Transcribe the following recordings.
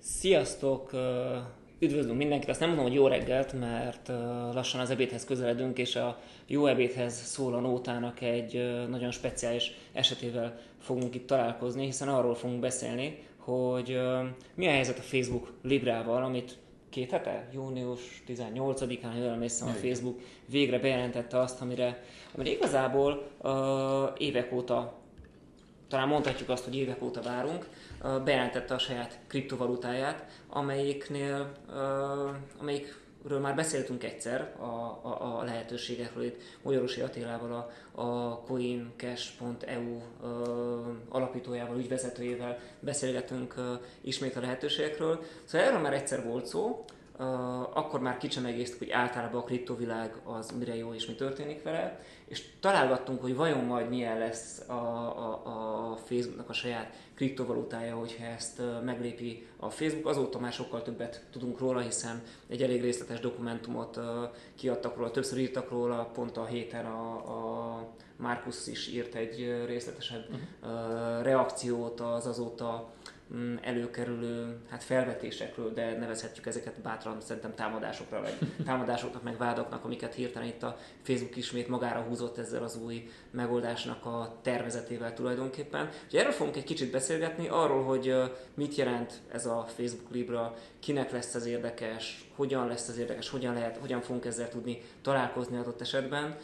Sziasztok! Üdvözlünk mindenkit! Azt nem mondom, hogy jó reggelt, mert lassan az ebédhez közeledünk, és a jó ebédhez szóló nótának egy nagyon speciális esetével fogunk itt találkozni, hiszen arról fogunk beszélni, hogy mi a helyzet a Facebook Librával, amit 2 hete, június 18-án, ha jól emlékszem, a Facebook végre bejelentette azt, amire igazából évek óta, talán mondhatjuk azt, hogy évek óta várunk, bejelentette a saját kriptovalutáját, amelyikről már beszéltünk egyszer a lehetőségekről. Itt Magyarusi Attilával, a CoinCash.eu alapítójával, ügyvezetőjével beszélgetünk ismét a lehetőségekről. Szóval erről már egyszer volt szó, akkor már kicsemegéztük, hogy általában a kriptovilág az mire jó és mi történik vele, és találgattunk, hogy vajon majd milyen lesz a Facebooknak a saját kriptovalutája, hogyha ezt meglépi a Facebook. Azóta már sokkal többet tudunk róla, hiszen egy elég részletes dokumentumot kiadtak róla, többször írtak róla, pont a héten a Markus is írt egy részletesebb reakciót az azóta előkerülő felvetésekről, de nevezhetjük ezeket bátran szerintem támadásokra, vagy támadásoknak, meg vádaknak, amiket hirtelen itt a Facebook ismét magára húzott ezzel az új megoldásnak a tervezetével tulajdonképpen. Úgyhogy erről fogunk egy kicsit beszélgetni, arról, hogy mit jelent ez a Facebook Libra, kinek lesz ez érdekes, hogyan lesz ez érdekes, hogyan fogunk ezzel tudni találkozni adott esetben,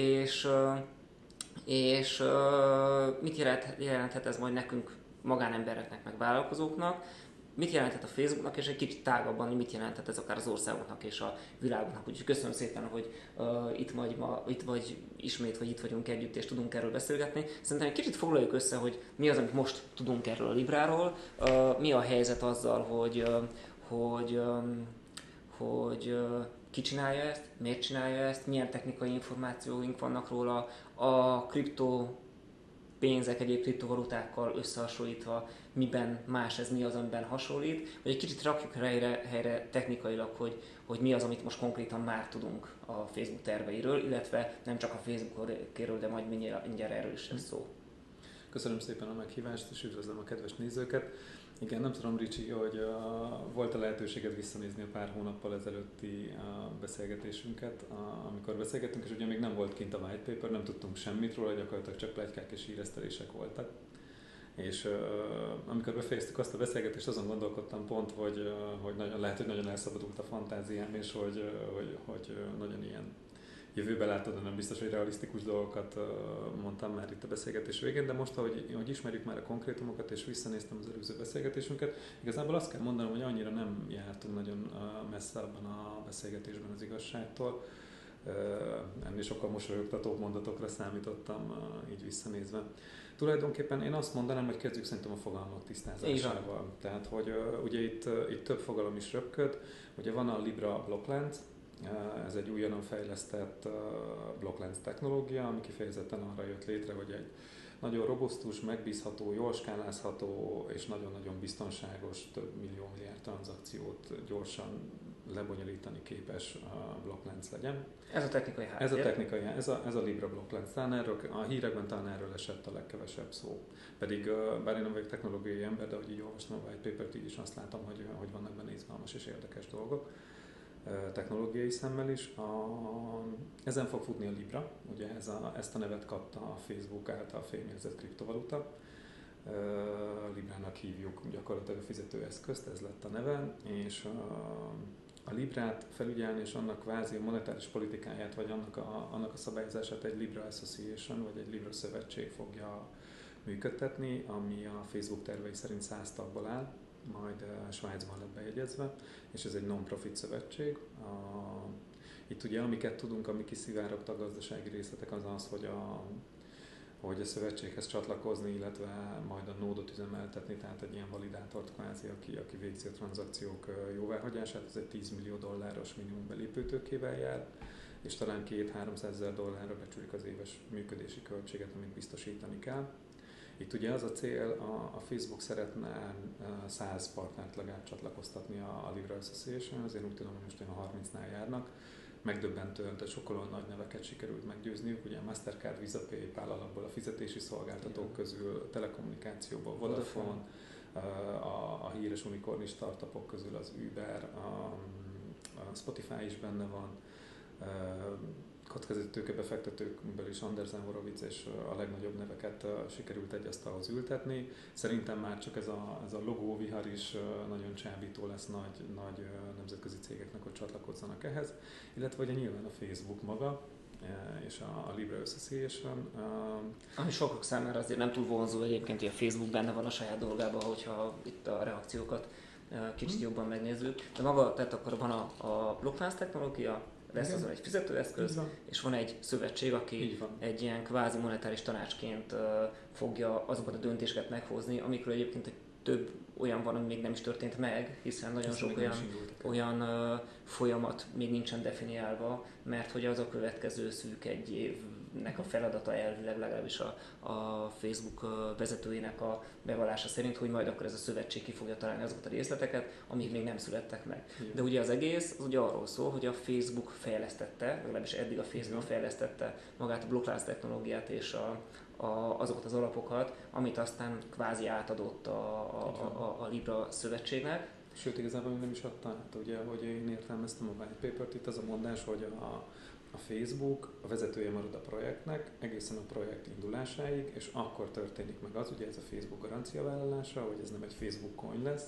és mit jelenthet ez majd nekünk, magánembereknek, meg vállalkozóknak, mit jelenthet a Facebooknak, és egy kicsit tágabban, mit jelenthet ez akár az országoknak és a világoknak. Úgyhogy köszönöm szépen, hogy itt vagy ismét, hogy itt vagyunk együtt, és tudunk erről beszélgetni. Szerintem egy kicsit foglaljuk össze, hogy mi az, amit most tudunk erről a Libráról, mi a helyzet azzal, hogy ki csinálja ezt, miért csinálja ezt, milyen technikai információink vannak róla, a pénzek, egyéb kriptovalutákkal összehasonlítva, miben más ez, mi az, amiben hasonlít, vagy egy kicsit rakjuk helyre technikailag, hogy mi az, amit most konkrétan már tudunk a Facebook terveiről, illetve nem csak a Facebookról, de majd mindjárt erről is lesz szó. Köszönöm szépen a meghívást, és üdvözlöm a kedves nézőket. Igen, nem tudom, Ricsi, hogy volt a lehetőséged visszanézni a pár hónappal ezelőtti beszélgetésünket, amikor beszélgettünk, és ugye még nem volt kint a white paper, nem tudtunk semmit róla, gyakorlatilag csak pletykák és híresztelések voltak. És amikor befejeztük azt a beszélgetést, azon gondolkodtam pont, hogy lehet, hogy nagyon elszabadult a fantáziám, és hogy nagyon ilyen jövőbe látod, de nem biztos, hogy realisztikus dolgokat mondtam már itt a beszélgetés végén, de most, ahogy ismerjük már a konkrétumokat, és visszanéztem az előző beszélgetésünket, igazából azt kell mondanom, hogy annyira nem jártunk nagyon messze abban a beszélgetésben az igazságtól. Ennél sokkal mosolyogtatóbb mondatokra számítottam így visszanézve. Tulajdonképpen én azt mondanám, hogy kezdjük szerintem a fogalmak tisztázásával. Tehát, hogy ugye itt több fogalom is röpköd. Ugye van a Libra blokklánc, ez egy újonnan fejlesztett blokklánc technológia, ami kifejezetten arra jött létre, hogy egy nagyon robusztus, megbízható, jól skálázható és nagyon-nagyon biztonságos, több millió milliárd tranzakciót gyorsan lebonyolítani képes blokklánc legyen. Ez a technikai háttér. Ez a Libra blokklánc. A hírekben talán erről esett a legkevesebb szó. Pedig, bár én nem vagyok technológiai ember, de hogy így olvastam a white papert, így is azt látom, hogy vannak benne izgalmas és érdekes dolgok. Technológiai szemmel is. Ezen fog futni a Libra, ugye ezt a nevet kapta a Facebook által fémjegyzett kriptovaluta. Librának hívjuk gyakorlatilag a fizetőeszközt, ez lett a neve, és a Librát felügyelni és annak kvázi monetáris politikáját, vagy annak a szabályozását egy Libra Association, vagy egy Libra szövetség fogja működtetni, ami a Facebook tervei szerint 100 tagból áll, majd Svájcban lett bejegyezve, és ez egy non-profit szövetség. Itt ugye amiket tudunk, ami kiszivárogta a gazdasági részletek, az az, hogy a szövetséghez csatlakozni, illetve majd a nódot üzemeltetni, tehát egy ilyen validátort kvázi, aki végzi a tranzakciók jóváhagyását, ez egy $10 millió minimum belépőtőkével jár, és talán $200-300 becsülik az éves működési költséget, amit biztosítani kell. Itt ugye az a cél, a Facebook szeretne 100 partnert legalább csatlakoztatni a Libra Association, azért úgy tudom, hogy most olyan 30-nál járnak. Megdöbbentően, de sokkal nagy neveket sikerült meggyőzniük, ugye a Mastercard, Visa, PayPal alapból a fizetési szolgáltatók közül, telekommunikációból, Vodafone, a híres unikornis startupok közül az Uber, a Spotify is benne van, kockázati tőkebefektetőkből is Andreessen Horowitz és a legnagyobb neveket sikerült egy asztalhoz ültetni. Szerintem már csak ez a logóvihar is nagyon csábító lesz nagy nemzetközi cégeknek, hogy csatlakozzanak ehhez. Illetve ugye nyilván a Facebook maga, és a Libra Association. Ami sokak számára azért nem túl vonzó egyébként, hogy a Facebook benne van a saját dolgában, hogyha itt a reakciókat kicsit jobban megnézzük. De maga, tehát akkor van a blokkláncz technológia, lesz azon egy fizetőeszköz, és van egy szövetség, aki egy ilyen kvázi monetáris tanácsként fogja azokat a döntéseket meghozni, amikről egyébként több olyan van, ami még nem is történt meg, hiszen nagyon sok olyan folyamat még nincsen definiálva, mert hogy az a következő szűk egy évnek a feladata elvileg, legalábbis a Facebook vezetőjének a bevallása szerint, hogy majd akkor ez a szövetség ki fogja találni azokat a részleteket, amik még nem születtek meg. De ugye az egész az ugye arról szól, hogy a Facebook fejlesztette, legalábbis eddig a Facebook fejlesztette magát a blokklánc technológiát és azokat az alapokat, amit aztán kvázi átadott a Libra szövetségnek. Sőt, igazából nem is adta át, ugye, hogy én értelmeztem a white papert, itt az a mondás, hogy a Facebook a vezetője marad a projektnek egészen a projekt indulásáig, és akkor történik meg az, ugye ez a Facebook garanciavállalása, hogy ez nem egy Facebook coin lesz,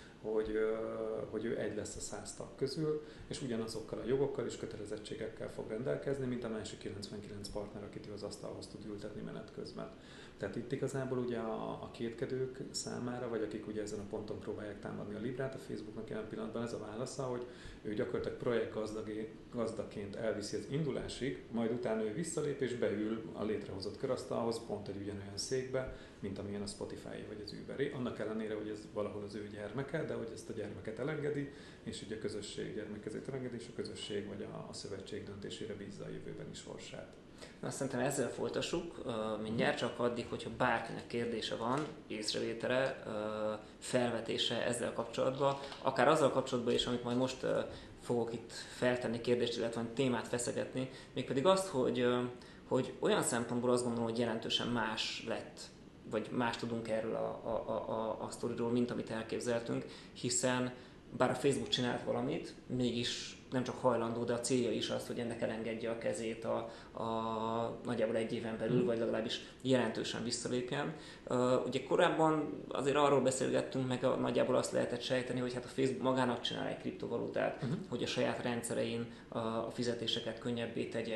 hogy ő egy lesz a 100 tag közül, és ugyanazokkal a jogokkal és kötelezettségekkel fog rendelkezni, mint a másik 99 partner, akit ő az asztalhoz tud ültetni menet közben. Tehát itt igazából ugye a kétkedők számára, vagy akik ugye ezen a ponton próbálják támadni a Librát, a Facebooknak jelen pillanatban ez a válasza, hogy ő gyakorlatilag projektgazdaként elviszi az indulásig, majd utána ő visszalép és beül a létrehozott körasztalhoz pont egy ugyanolyan székbe, mint amilyen a Spotify vagy az Uberé. Annak ellenére, hogy ez valahol az ő gyermeke, de hogy ezt a gyermeket elengedi, és ugye a közösség gyermekezét elengedi, és a közösség vagy a szövetség döntésére bízza a jövőbeni sorsát. Azt szerintem ezzel folytassuk mindjárt, csak addig, hogyha bárkinek kérdése van, észrevétele, felvetése ezzel kapcsolatban, akár azzal kapcsolatban is, amit majd most fogok itt feltenni kérdést, illetve témát feszegetni, mégpedig azt, hogy olyan szempontból azt gondolom, hogy jelentősen más lett, vagy más tudunk erről a sztoriról, mint amit elképzeltünk, hiszen bár a Facebook csinált valamit, mégis nem csak hajlandó, de a célja is az, hogy ennek elengedje a kezét nagyjából egy éven belül, vagy legalábbis jelentősen visszalépjen. Ugye korábban azért arról beszélgettünk, meg nagyjából azt lehetett sejteni, hogy hát a Facebook magának csinál egy kriptovalutát, hogy a saját rendszerein a fizetéseket könnyebbé tegye,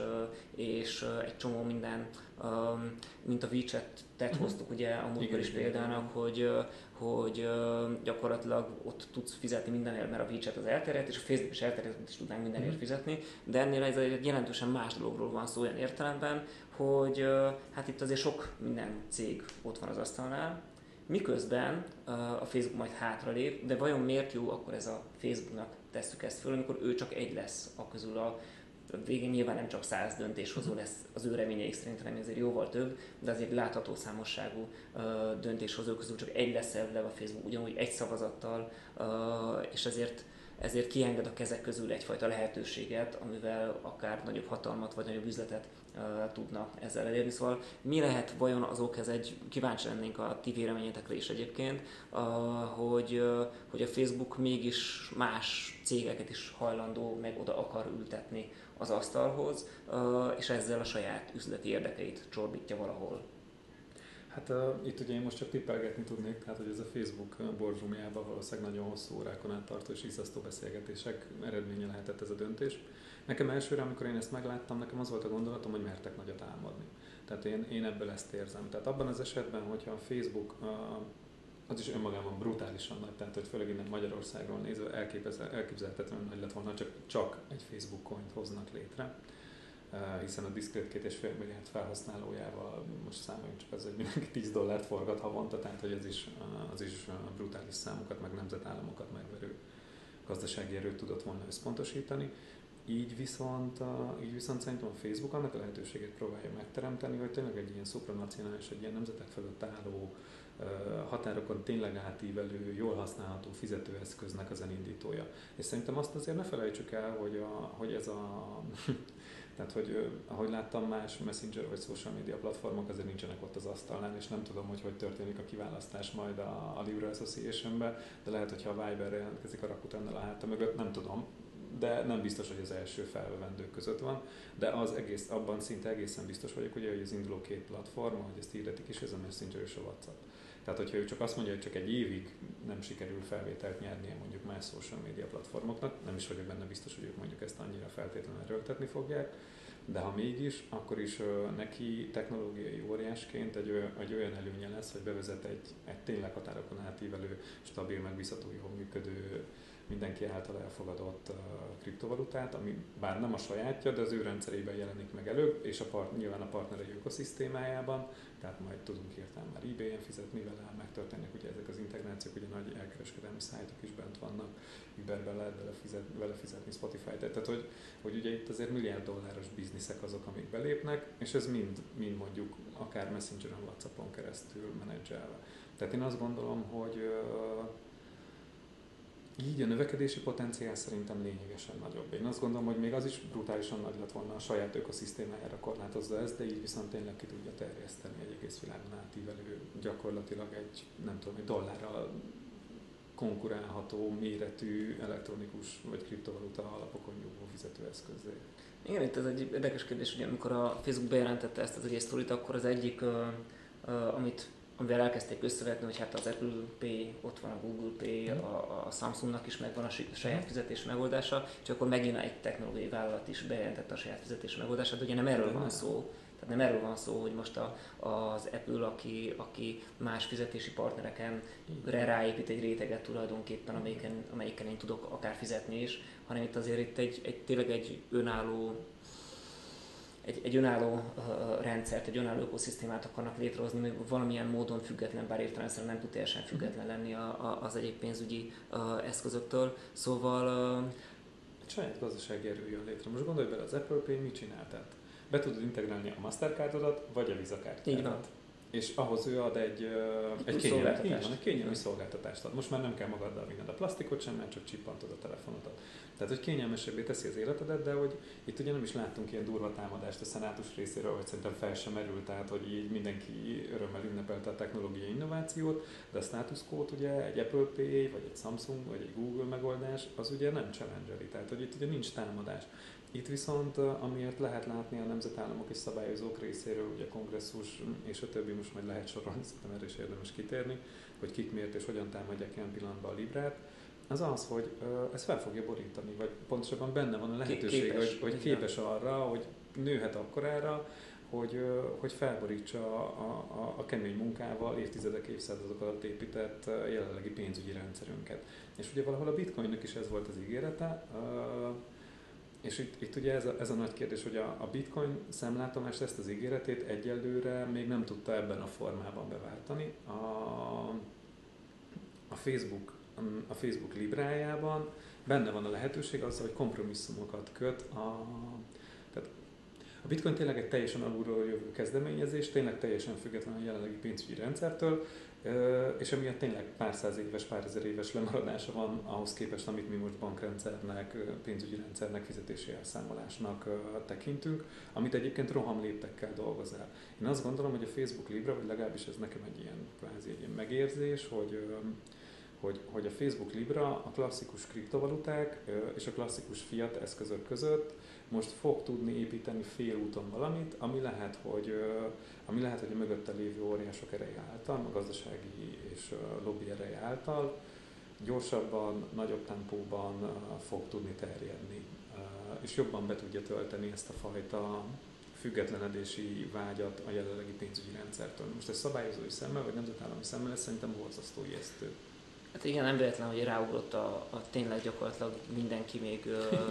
és egy csomó minden, mint a WeChat-et hoztuk ugye a múltkor is példának, hogy gyakorlatilag ott tudsz fizetni mindenért, mert a WeChat az elterjedt, és a Facebook is elterjedt, is tudnánk mindenért fizetni, de ennél ez egy jelentősen más dologról van szó olyan értelemben, hogy hát itt azért sok minden cég ott van az asztalnál, miközben a Facebook majd hátralép, de vajon miért jó akkor ez a Facebooknak tesszük ezt föl, amikor ő csak egy lesz a közül a végén nyilván nem csak 100 döntéshozó lesz az ő reményeik szerint, hanem azért jóval több, de azért látható számosságú döntéshozó közül csak egy lesz elvileg a Facebook, ugyanúgy egy szavazattal, és ezért kienged a kezek közül egyfajta lehetőséget, amivel akár nagyobb hatalmat vagy nagyobb üzletet tudna ezzel elérni. Szóval mi lehet vajon az ok, kíváncsi lennénk a ti véleményetekre is egyébként, hogy a Facebook mégis más cégeket is hajlandó meg oda akar ültetni az asztalhoz, és ezzel a saját üzleti érdekeit csorbítja valahol. Hát itt ugye én most csak tippelgetni tudnék, tehát hogy ez a Facebook borzsumjában valószínűleg nagyon hosszú órákon át tartó és izzasztó beszélgetések eredménye lehetett ez a döntés. Nekem elsőre, amikor én ezt megláttam, nekem az volt a gondolatom, hogy mertek nagyot álmodni. Tehát én ebből ezt érzem. Tehát abban az esetben, hogyha a Facebook az is önmagában brutálisan nagy, tehát hogy főleg innen Magyarországról nézve elképzelhetetlenül nagy lett volna, csak egy Facebook coint hoznak létre, hiszen a diszkrét 2,5 milliárd felhasználójával most számoljunk csak az, hogy mindenki $10 forgat havonta, tehát hogy az is brutális számokat, meg nemzetállamokat megverő gazdasági erőt tudott volna összpontosítani. így viszont szerintem a Facebook annak a lehetőségét próbálja megteremteni, hogy tényleg egy ilyen szupranacionális, egy ilyen nemzetek fölött álló, határokon tényleg átívelő, jól használható fizetőeszköznek az elindítója. És szerintem azt azért ne felejtsük el, hogy ez a tehát, hogy ahogy láttam, más messenger vagy social media platformok azért nincsenek ott az asztalnál, és nem tudom, hogy történik a kiválasztás majd a Libra Association-be, de lehet, hogyha a Viberre jelentkezik a Rakutennel a háta mögött, nem tudom, de nem biztos, hogy az első felvevendők között van, de abban szinte egészen biztos vagyok, ugye, hogy az induló két platform, hogy ezt hirdetik is, ez a Messenger és a WhatsApp. Tehát, hogyha ő csak azt mondja, hogy csak egy évig nem sikerül felvételt nyernie mondjuk más social media platformoknak, nem is vagyok benne biztos, hogy ők mondjuk ezt annyira feltétlenül erőltetni fogják, de ha mégis, akkor is neki technológiai óriásként egy olyan előnye lesz, hogy bevezet egy tényleg határokon átívelő, stabil, megbízható, jól működő, mindenki által elfogadott kriptovalutát, ami bár nem a sajátja, de az ő rendszerében jelenik meg előbb, és nyilván a partnerei ökoszisztémájában, tehát majd tudunk hirtelen már eBay-en fizetni vele, megtörténnek ugye ezek az integrációk, ugye nagy elkereskedelmi szájtok is bent vannak, Uberben lehet vele fizetni, Spotify-t, tehát hogy ugye itt azért milliárd dolláros bizniszek azok, amik belépnek, és ez mind mondjuk akár Messengeren, WhatsAppon keresztül menedzselve. Tehát én azt gondolom, hogy így a növekedési potenciál szerintem lényegesen nagyobb. Én azt gondolom, hogy még az is brutálisan nagy lett volna a saját ökoszisztémájára korlátozza ezt, de így viszont tényleg ki tudja terjeszteni egy egész világon átívelő, gyakorlatilag egy dollárral konkurálható méretű elektronikus vagy kriptovaluta alapokon nyugvó fizetőeszközzé. Igen, itt ez egy érdekes kérdés, ugye amikor a Facebook bejelentette ezt az egész sztorit, akkor az egyik, amivel elkezdték összevetni, hogy hát az Apple Pay, ott van a Google Pay, a Samsungnak is megvan a saját fizetési megoldása, és akkor megint egy technológiai vállalat is bejelentette a saját fizetési megoldását, ugye nem erről van szó. Tehát nem erről van szó, hogy most az Apple, aki más fizetési partnereken ráépít egy réteget tulajdonképpen, amelyiken én tudok akár fizetni is, hanem itt azért tényleg egy önálló rendszert, egy önálló ökoszisztémát akarnak létrehozni, még valamilyen módon független, bár értelemszerűen nem tud teljesen független lenni az egyéb pénzügyi eszközöktől. Szóval... Egy saját gazdasági erő jön létre. Most gondolj bele, az Apple Pay mit csinál? Tehát be tudod integrálni a Mastercardodat, vagy a Visa kártyádat. És ahhoz ő ad egy kényelmi szolgáltatást ad. Most már nem kell magaddal vinned a plastikot sem, mert csak csippantod a telefonodat. Tehát, hogy kényelmesebbé teszi az életedet, de hogy itt ugye nem is láttunk ilyen durva támadást a szenátus részéről, hogy szerintem fel sem merült, tehát hogy így mindenki örömmel ünnepelte a technológiai innovációt, de a status quo ugye egy Apple Pay, vagy egy Samsung, vagy egy Google megoldás, az ugye nem challengeri, tehát hogy itt ugye nincs támadás. Itt viszont, amiért lehet látni a nemzetállamok és szabályozók részéről, ugye a kongresszus és a többi, most majd lehet sorolni, szerintem erre is érdemes kitérni, hogy kik miért és hogyan támadják ilyen pillanatban a Librát, az az, hogy ez fel fogja borítani, vagy pontosabban benne van a lehetőség, hogy képes arra, hogy nőhet akkorára, hogy felborítsa a kemény munkával évtizedek, évszázadok alatt épített jelenlegi pénzügyi rendszerünket. És ugye valahol a Bitcoinnak is ez volt az ígérete, és itt ugye ez a nagy kérdés, hogy a Bitcoin szemlátomást, ezt az ígéretét egyelőre még nem tudta ebben a formában beváltani. A Facebook Librájában benne van a lehetőség azzal, hogy kompromisszumokat köt. Tehát a Bitcoin tényleg egy teljesen alulról jövő kezdeményezés, tényleg teljesen független a jelenlegi pénzügyi rendszertől, és emiatt tényleg pár száz éves, pár ezer éves lemaradása van ahhoz képest, amit mi most bankrendszernek, pénzügyi rendszernek, fizetési elszámolásnak tekintünk, amit egyébként rohamléptekkel dolgoz el. Én azt gondolom, hogy a Facebook Libra, vagy legalábbis ez nekem egy ilyen megérzés, hogy a Facebook Libra a klasszikus kriptovaluták és a klasszikus fiat eszközök között most fog tudni építeni félúton valamit, ami lehet, hogy a mögötte lévő óriások ereje által, a gazdasági és lobby ereje által gyorsabban, nagyobb tempóban fog tudni terjedni, és jobban be tudja tölteni ezt a fajta függetlenedési vágyat a jelenlegi pénzügyi rendszertől. Most ez szabályozói szemmel, vagy nemzetállami szemmel, ez szerintem borzasztó ijesztő. Hát igen, nem véletlen, hogy ráugrott a tényleg gyakorlatilag mindenki még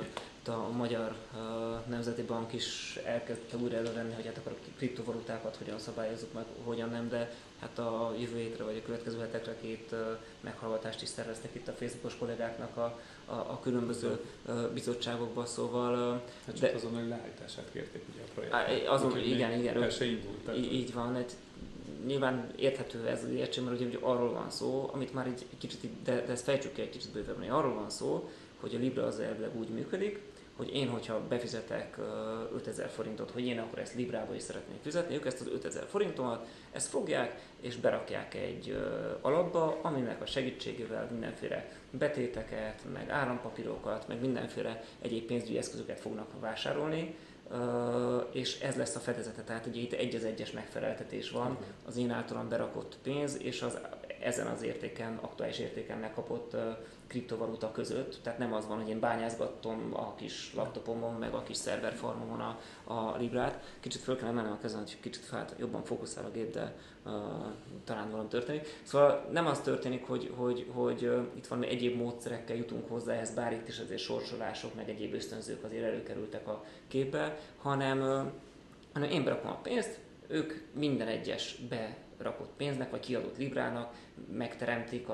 itt a Magyar Nemzeti Bank is elkezdte újra elővenni, hogy hát akkor a kriptovalutákat hogyan szabályozzuk meg, hogyan nem, de hát a jövő hétre vagy a következő hetekre 2 meghallgatást is szerveztek itt a Facebookos kollégáknak a különböző bizottságokban, szóval... Hát csak azon, hogy leállítását kérték ugye a projektnek. Azon, igen. El se indult. Így van, hát nyilván érthető ez az értség, mert ugye arról van szó, amit már egy kicsit, de ezt fejtsük ki egy kicsit bővebben, hogy arról van szó, hogy a Libra az elvileg úgy működik, hogy én, hogyha befizetek 5000 forintot, hogy én akkor ezt Librába is szeretném fizetni, ők ezt az 5000 forintomat, ezt fogják és berakják egy alapba, aminek a segítségével mindenféle betéteket, meg állampapírokat, meg mindenféle egyéb pénzügyi eszközöket fognak vásárolni, és ez lesz a fedezete. Tehát ugye itt egy az egyes megfeleltetés van, az én általam berakott pénz és ezen az értéken, aktuális értéken megkapott kriptovaluta között. Tehát nem az van, hogy én bányázgatom a kis laptopomon, meg a kis szerverfarmomon a Librát. Kicsit föl kell emelnem a kezem, hogy kicsit jobban fókuszál a gép, de talán valami történik. Szóval nem az történik, hogy itt valami egyéb módszerekkel jutunk hozzá ehhez, bár itt is azért sorsolások, meg egyéb ösztönzők azért előkerültek a képbe, hanem én berakom a pénzt, ők minden egyes berakott pénznek, vagy kiadott librának megteremtik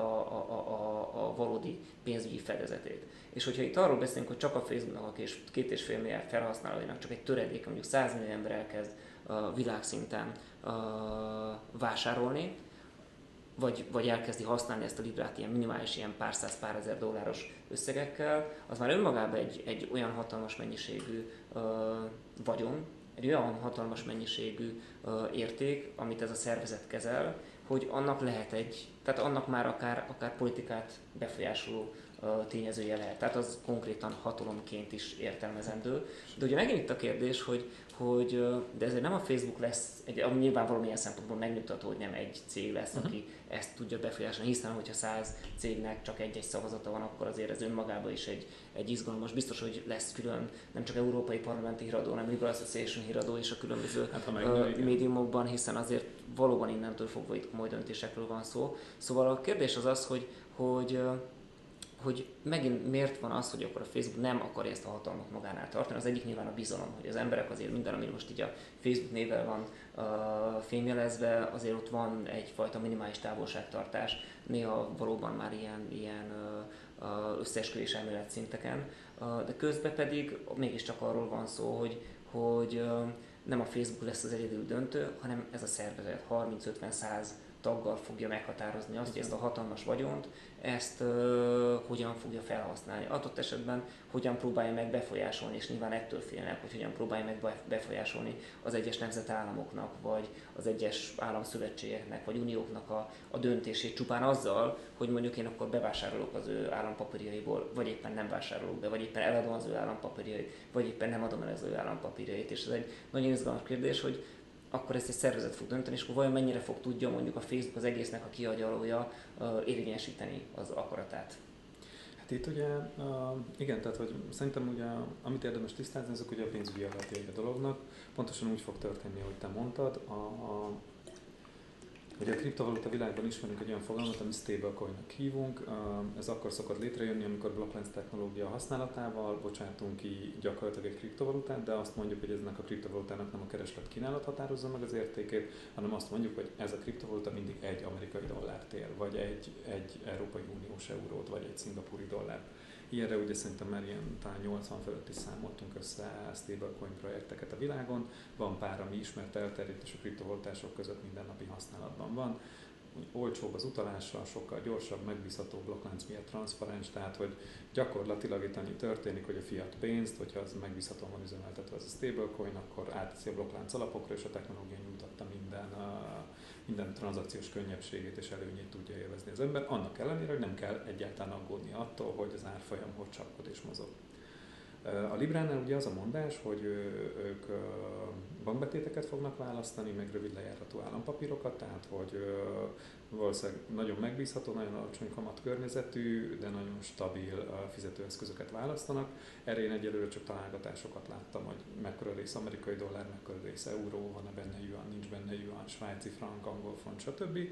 a valódi pénzügyi fedezetét. És hogyha itt arról beszélünk, hogy csak a Facebooknak a 2,5 milliárd felhasználóinak csak egy töredéke, mondjuk 100 millió ember elkezd világszinten vásárolni, vagy elkezdi használni ezt a librát ilyen minimális, ilyen pár száz, pár ezer dolláros összegekkel, az már önmagában egy olyan hatalmas mennyiségű vagyon, egy olyan hatalmas mennyiségű érték, amit ez a szervezet kezel, hogy annak lehet tehát annak már akár politikát befolyásoló tényezője lehet. Tehát az konkrétan hatalomként is értelmezendő. De ugye megint itt a kérdés, de ezért nem a Facebook lesz, ami nyilván valamilyen szempontból megnyugtató, hogy nem egy cég lesz, aki ezt tudja befolyásolni, hiszen hogyha 100 cégnek csak egy-egy szavazata van, akkor azért ez önmagában is egy izgalmas. Biztos, hogy lesz külön nem csak európai parlamenti híradó, hanem Liberal Association híradó is a különböző médiumokban, hiszen azért valóban innentől fogva itt komoly döntésekről van szó. Szóval a kérdés az, hogy megint miért van az, hogy akkor a Facebook nem akarja ezt a hatalmat magánál tartani. Az egyik nyilván a bizalom, hogy az emberek azért minden, ami most így a Facebook névvel van fémjelezve, azért ott van egyfajta minimális távolságtartás, néha valóban már ilyen összeesküvés elmélet szinteken, de közben pedig mégiscsak arról van szó, hogy nem a Facebook lesz az egyedül döntő, hanem ez a szervezet 30-50-100 taggal fogja meghatározni azt, hogy ezt a hatalmas vagyont, ezt hogyan fogja felhasználni. Adott esetben hogyan próbálja meg befolyásolni, és nyilván ettől félnek, hogy hogyan próbálja meg befolyásolni az egyes nemzetállamoknak, vagy az egyes államszövetségeknek, vagy unióknak a döntését csupán azzal, hogy mondjuk én akkor bevásárolok az ő állampapírjaiból, vagy éppen nem vásárolok be, vagy éppen eladom az ő állampapírjait, vagy éppen nem adom el az ő állampapírjait. És ez egy nagyon izgalmas kérdés, hogy akkor ezt egy szervezet fog dönteni, és akkor vajon mennyire fog tudja mondjuk a Facebook az egésznek a kiagyalója érvényesíteni az akaratát. Hát itt ugye, igen, tehát hogy szerintem ugye, amit érdemes tisztázni, azok ugye a pénzügyi alapjai a dolognak. Pontosan úgy fog történni, ahogy te mondtad. Ugye a kriptovaluta világban ismerünk egy olyan fogalmat, amit stablecoinnak hívunk. Ez akkor szokott létrejönni, amikor blokklánc technológia használatával bocsátunk ki gyakorlatilag egy kriptovalutát, de azt mondjuk, hogy ennek a kriptovalutának nem a kereslet kínálat határozza meg az értékét, hanem azt mondjuk, hogy ez a kriptovaluta mindig egy amerikai dollárt ér, vagy egy Európai Uniós eurót, vagy egy szingapúri dollárt. Ilyenre ugye szerintem már ilyen talán 80 fölött is számoltunk össze stablecoin projekteket a világon. Van pár, ami ismert, elterjedt, és a kriptovalutások között mindennapi használatban van. Olcsóbb az utalása, sokkal gyorsabb, megbízható, blokklánc miatt transzparens, tehát hogy gyakorlatilag itt annyi történik, hogy a fiat pénzt, hogyha az megbízhatóan van üzemeltetve az a stablecoin, akkor átteszi a blokklánc alapokra, és a technológia nyújtotta minden tranzakciós könnyebbségét és előnyét tudja élvezni az ember, annak ellenére, hogy nem kell egyáltalán aggódni attól, hogy az árfolyam hogy csapkod és mozog. A Libránál ugye az a mondás, hogy ők bankbetéteket fognak választani, meg rövid lejáratú állampapírokat, tehát hogy valószínűleg nagyon megbízható, nagyon alacsony kamatkörnyezetű, de nagyon stabil fizetőeszközöket választanak. Erre én egyelőre csak találgatásokat láttam, hogy mekkora rész amerikai dollár, mekkora rész euró, van-e benne yuan, nincs benne yuan, svájci frank, angol font, stb.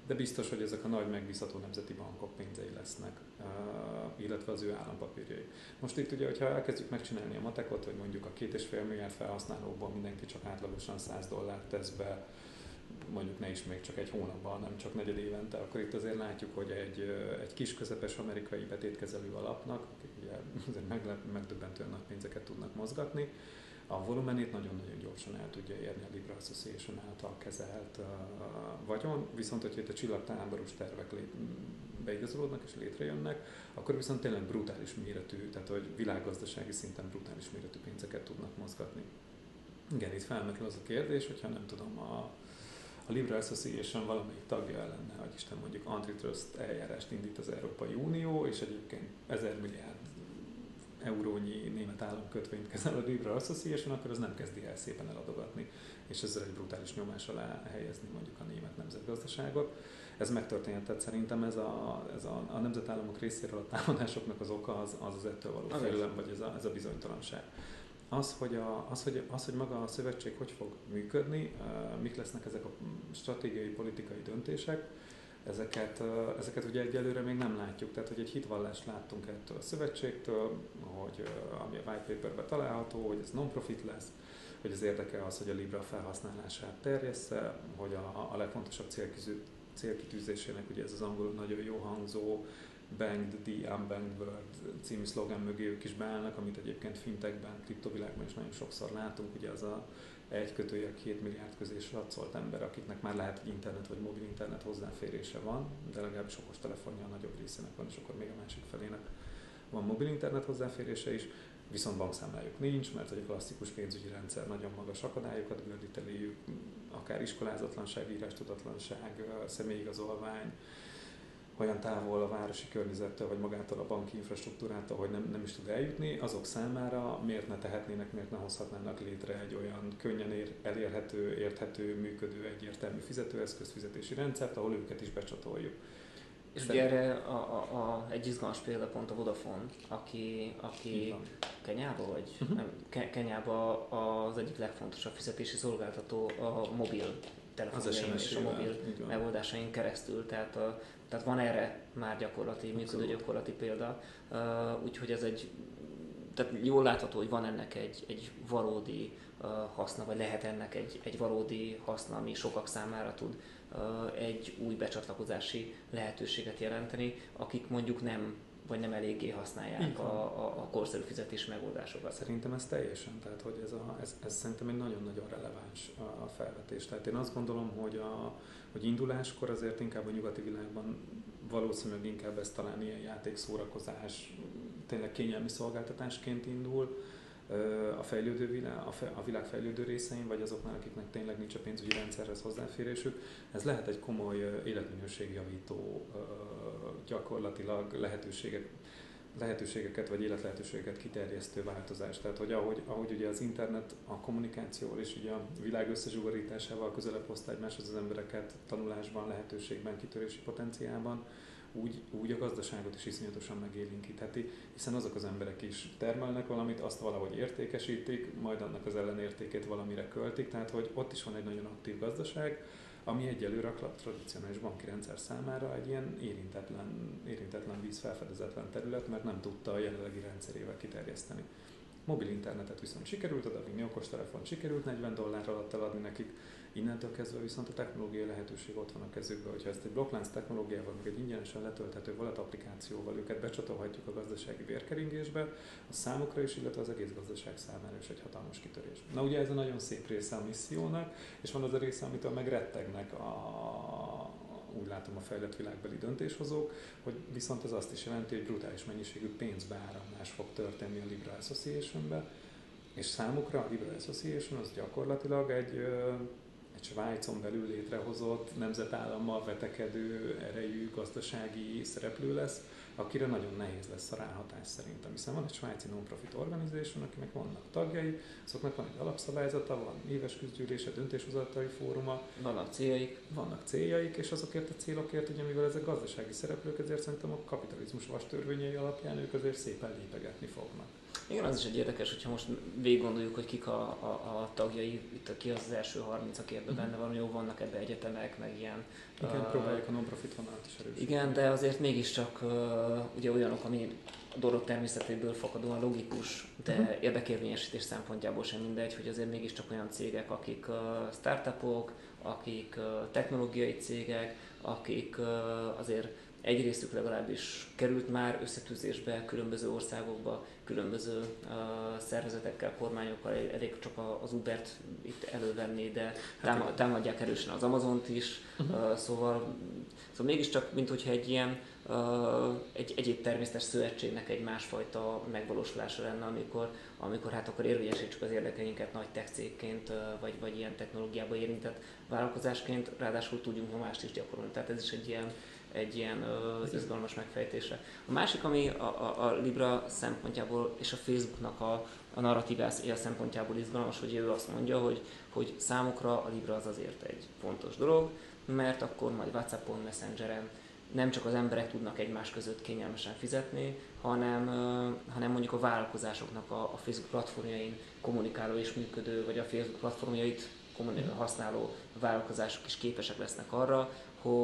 de biztos, hogy ezek a nagy megbízható nemzeti bankok pénzei lesznek, illetve az ő állampapírjai. Most itt ugye, hogyha elkezdjük megcsinálni a matekot, hogy mondjuk a 2,5 milliárd felhasználókból mindenki csak átlagosan $100 tesz be, mondjuk ne is még csak egy hónapban, nem csak negyed évente, akkor itt azért látjuk, hogy egy kis közepes amerikai betétkezelő alapnak, akik ugye azért megdöbbentően nagy pénzeket tudnak mozgatni, a volumenét nagyon-nagyon gyorsan el tudja érni a Libra Association által kezelt vagyon, viszont hogyha itt a csillagháborús tervek beigazolódnak és létrejönnek, akkor viszont tényleg brutális méretű, tehát hogy világgazdasági szinten brutális méretű pénzeket tudnak mozgatni. Igen, itt felmerül az a kérdés, hogyha nem tudom, a Libra Association valamelyik tagja ellene, hogy Isten mondjuk antitrust eljárást indít az Európai Unió, és egyébként 1000 milliárd eurónyi német államkötvényt kezel a Libra Association, akkor az nem kezdi el szépen eladogatni, és ezzel egy brutális nyomás alá helyezni mondjuk a német nemzetgazdaságot. Ez megtörténhetett szerintem, ez a nemzetállamok részéről a támadásoknak az oka az ettől való félelem, vagy ez a bizonytalanság. Az, hogy maga a szövetség hogy fog működni, mik lesznek ezek a stratégiai, politikai döntések, ezeket ugye egyelőre még nem látjuk, tehát hogy egy hitvallást láttunk ettől a szövetségtől, hogy ami a white paperben található, hogy ez non-profit lesz, hogy az érdeke az, hogy a Libra felhasználását terjessze, hogy a legfontosabb célkitűzésének, ugye ez az angolul nagyon jó hangzó Banked the Unbanked World című szlogen mögé ők is beállnak, amit egyébként fintekben, kriptovilágban is nagyon sokszor látunk, ugye az a 1/2 milliárd közé racolt ember, akiknek már lehet, hogy internet vagy mobil internet hozzáférése van, de legalábbis okostelefonja a nagyobb részének van, és akkor még a másik felének van mobil internet hozzáférése is, viszont bankszámlájuk nincs, mert hogy a klasszikus pénzügyi rendszer nagyon magas akadályokat gördít eléjük, akár iskolázatlanság, írástudatlanság, személyigazolvány, olyan távol a városi környezettől, vagy magától a banki infrastruktúrától, hogy nem is tud eljutni, azok számára miért ne tehetnének, miért ne hozhatnának létre egy olyan könnyen elérhető, érthető, működő, egyértelmű fizetőeszköz, fizetési rendszert, ahol őket is becsatoljuk. És ugye erre egy izgalmas példa pont a Vodafone, aki Kenyában vagy? Kenyában az egyik legfontosabb fizetési szolgáltató a mobil telefonjain és a mobil megoldásain keresztül, tehát van erre már működő gyakorlati példa, úgyhogy ez tehát jól látható, hogy van ennek egy valódi haszna, vagy lehet ennek egy valódi haszna, ami sokak számára tud egy új becsatlakozási lehetőséget jelenteni, akik mondjuk nem eléggé használják a korszerű fizetési megoldásokat. Szerintem ez teljesen, tehát hogy ez szerintem egy nagyon-nagyon releváns a felvetés. Tehát én azt gondolom, hogy induláskor azért inkább a nyugati világban valószínűleg inkább ez talán ilyen játékszórakozás, tényleg kényelmi szolgáltatásként indul a világ fejlődő részein, vagy azoknál, akiknek tényleg nincs a pénzügyi rendszerhez hozzáférésük. Ez lehet egy komoly életminőségjavító, gyakorlatilag lehetőségeket vagy életlehetőségeket kiterjesztő változás. Tehát, hogy ahogy ugye az internet a kommunikációval és ugye a világ összezsugorításával közelebb hozta egymáshoz az embereket tanulásban, lehetőségben, kitörési potenciálban, úgy a gazdaságot is iszonyatosan megélénkítheti, hiszen azok az emberek is termelnek valamit, azt valahogy értékesítik, majd annak az ellenértékét valamire költik, tehát hogy ott is van egy nagyon aktív gazdaság, ami egyelőre a tradicionális banki rendszer számára egy ilyen érintetlen vízfelfedezetlen terület, mert nem tudta a jelenlegi rendszerével kiterjeszteni. Mobil internetet viszont sikerült odaadni, okostelefont sikerült $40 alatt eladni nekik, innentől kezdve viszont a technológiai lehetőség ott van a kezükben, hogyha ezt egy blokklánc technológiával, meg egy ingyenesen letölthető wallet applikációval őket becsatolhatjuk a gazdasági vérkeringésbe, az számukra is, illetve az egész gazdaság számára is egy hatalmas kitörés. Na ugye ez a nagyon szép része a missziónak, és van az a része, amitől meg rettegnek úgy látom a fejlett világbeli döntéshozók, hogy viszont ez azt is jelenti, hogy brutális mennyiségű pénzbeáramlás fog történni a Libra Association-be, és számukra a Libra Association az gyakorlatilag egy Svájcon belül létrehozott, nemzetállammal vetekedő, erejű gazdasági szereplő lesz, akire nagyon nehéz lesz a ráhatás szerintem, hiszen van egy svájci non-profit organization, akinek vannak tagjai, azoknak van egy alapszabályzata, van éves közgyűlése, döntéshozatali fóruma. Vannak céljaik, és azokért a célokért, ugye mivel ezek gazdasági szereplők, ezért szerintem a kapitalizmus vastörvényei alapján ők azért szépen lépegetni fognak. Igen, az is egy érdekes, hogyha most végig gondoljuk, hogy kik a tagjai, itt ki az első 30, aki ebben benne van, jó, vannak ebbe egyetemek, meg ilyen. Igen, próbáljuk a non-profit vonalat is erősíteni. Igen, de azért mégiscsak ugye olyanok, ami a dolog természetéből fakadóan logikus, de érdekérvényesítés szempontjából sem mindegy, hogy azért mégiscsak olyan cégek, akik startupok, akik technológiai cégek, akik azért egy részük legalábbis került már összetűzésbe különböző országokba, különböző szervezetekkel, kormányokkal, elég csak az Ubert itt elővenni, de támadják erősen az Amazont is, szóval mégiscsak, mint hogyha egy ilyen egy egyéb természetes szövetségnek egy másfajta megvalósulása lenne, amikor hát akkor érvényesítsük az érdekeinket nagy tech cégként, vagy ilyen technológiába érintett vállalkozásként, ráadásul tudjunk ma mást is gyakorolni. Tehát ez is egy ilyen izgalmas megfejtése. A másik, ami a Libra szempontjából és a Facebooknak a narratívája szempontjából izgalmas, hogy ő azt mondja, hogy számukra a Libra az azért egy fontos dolog, mert akkor majd WhatsAppon, Messengeren nem csak az emberek tudnak egymás között kényelmesen fizetni, hanem mondjuk a vállalkozásoknak a Facebook platformjain kommunikáló és működő, vagy a Facebook platformjait használó vállalkozások is képesek lesznek arra,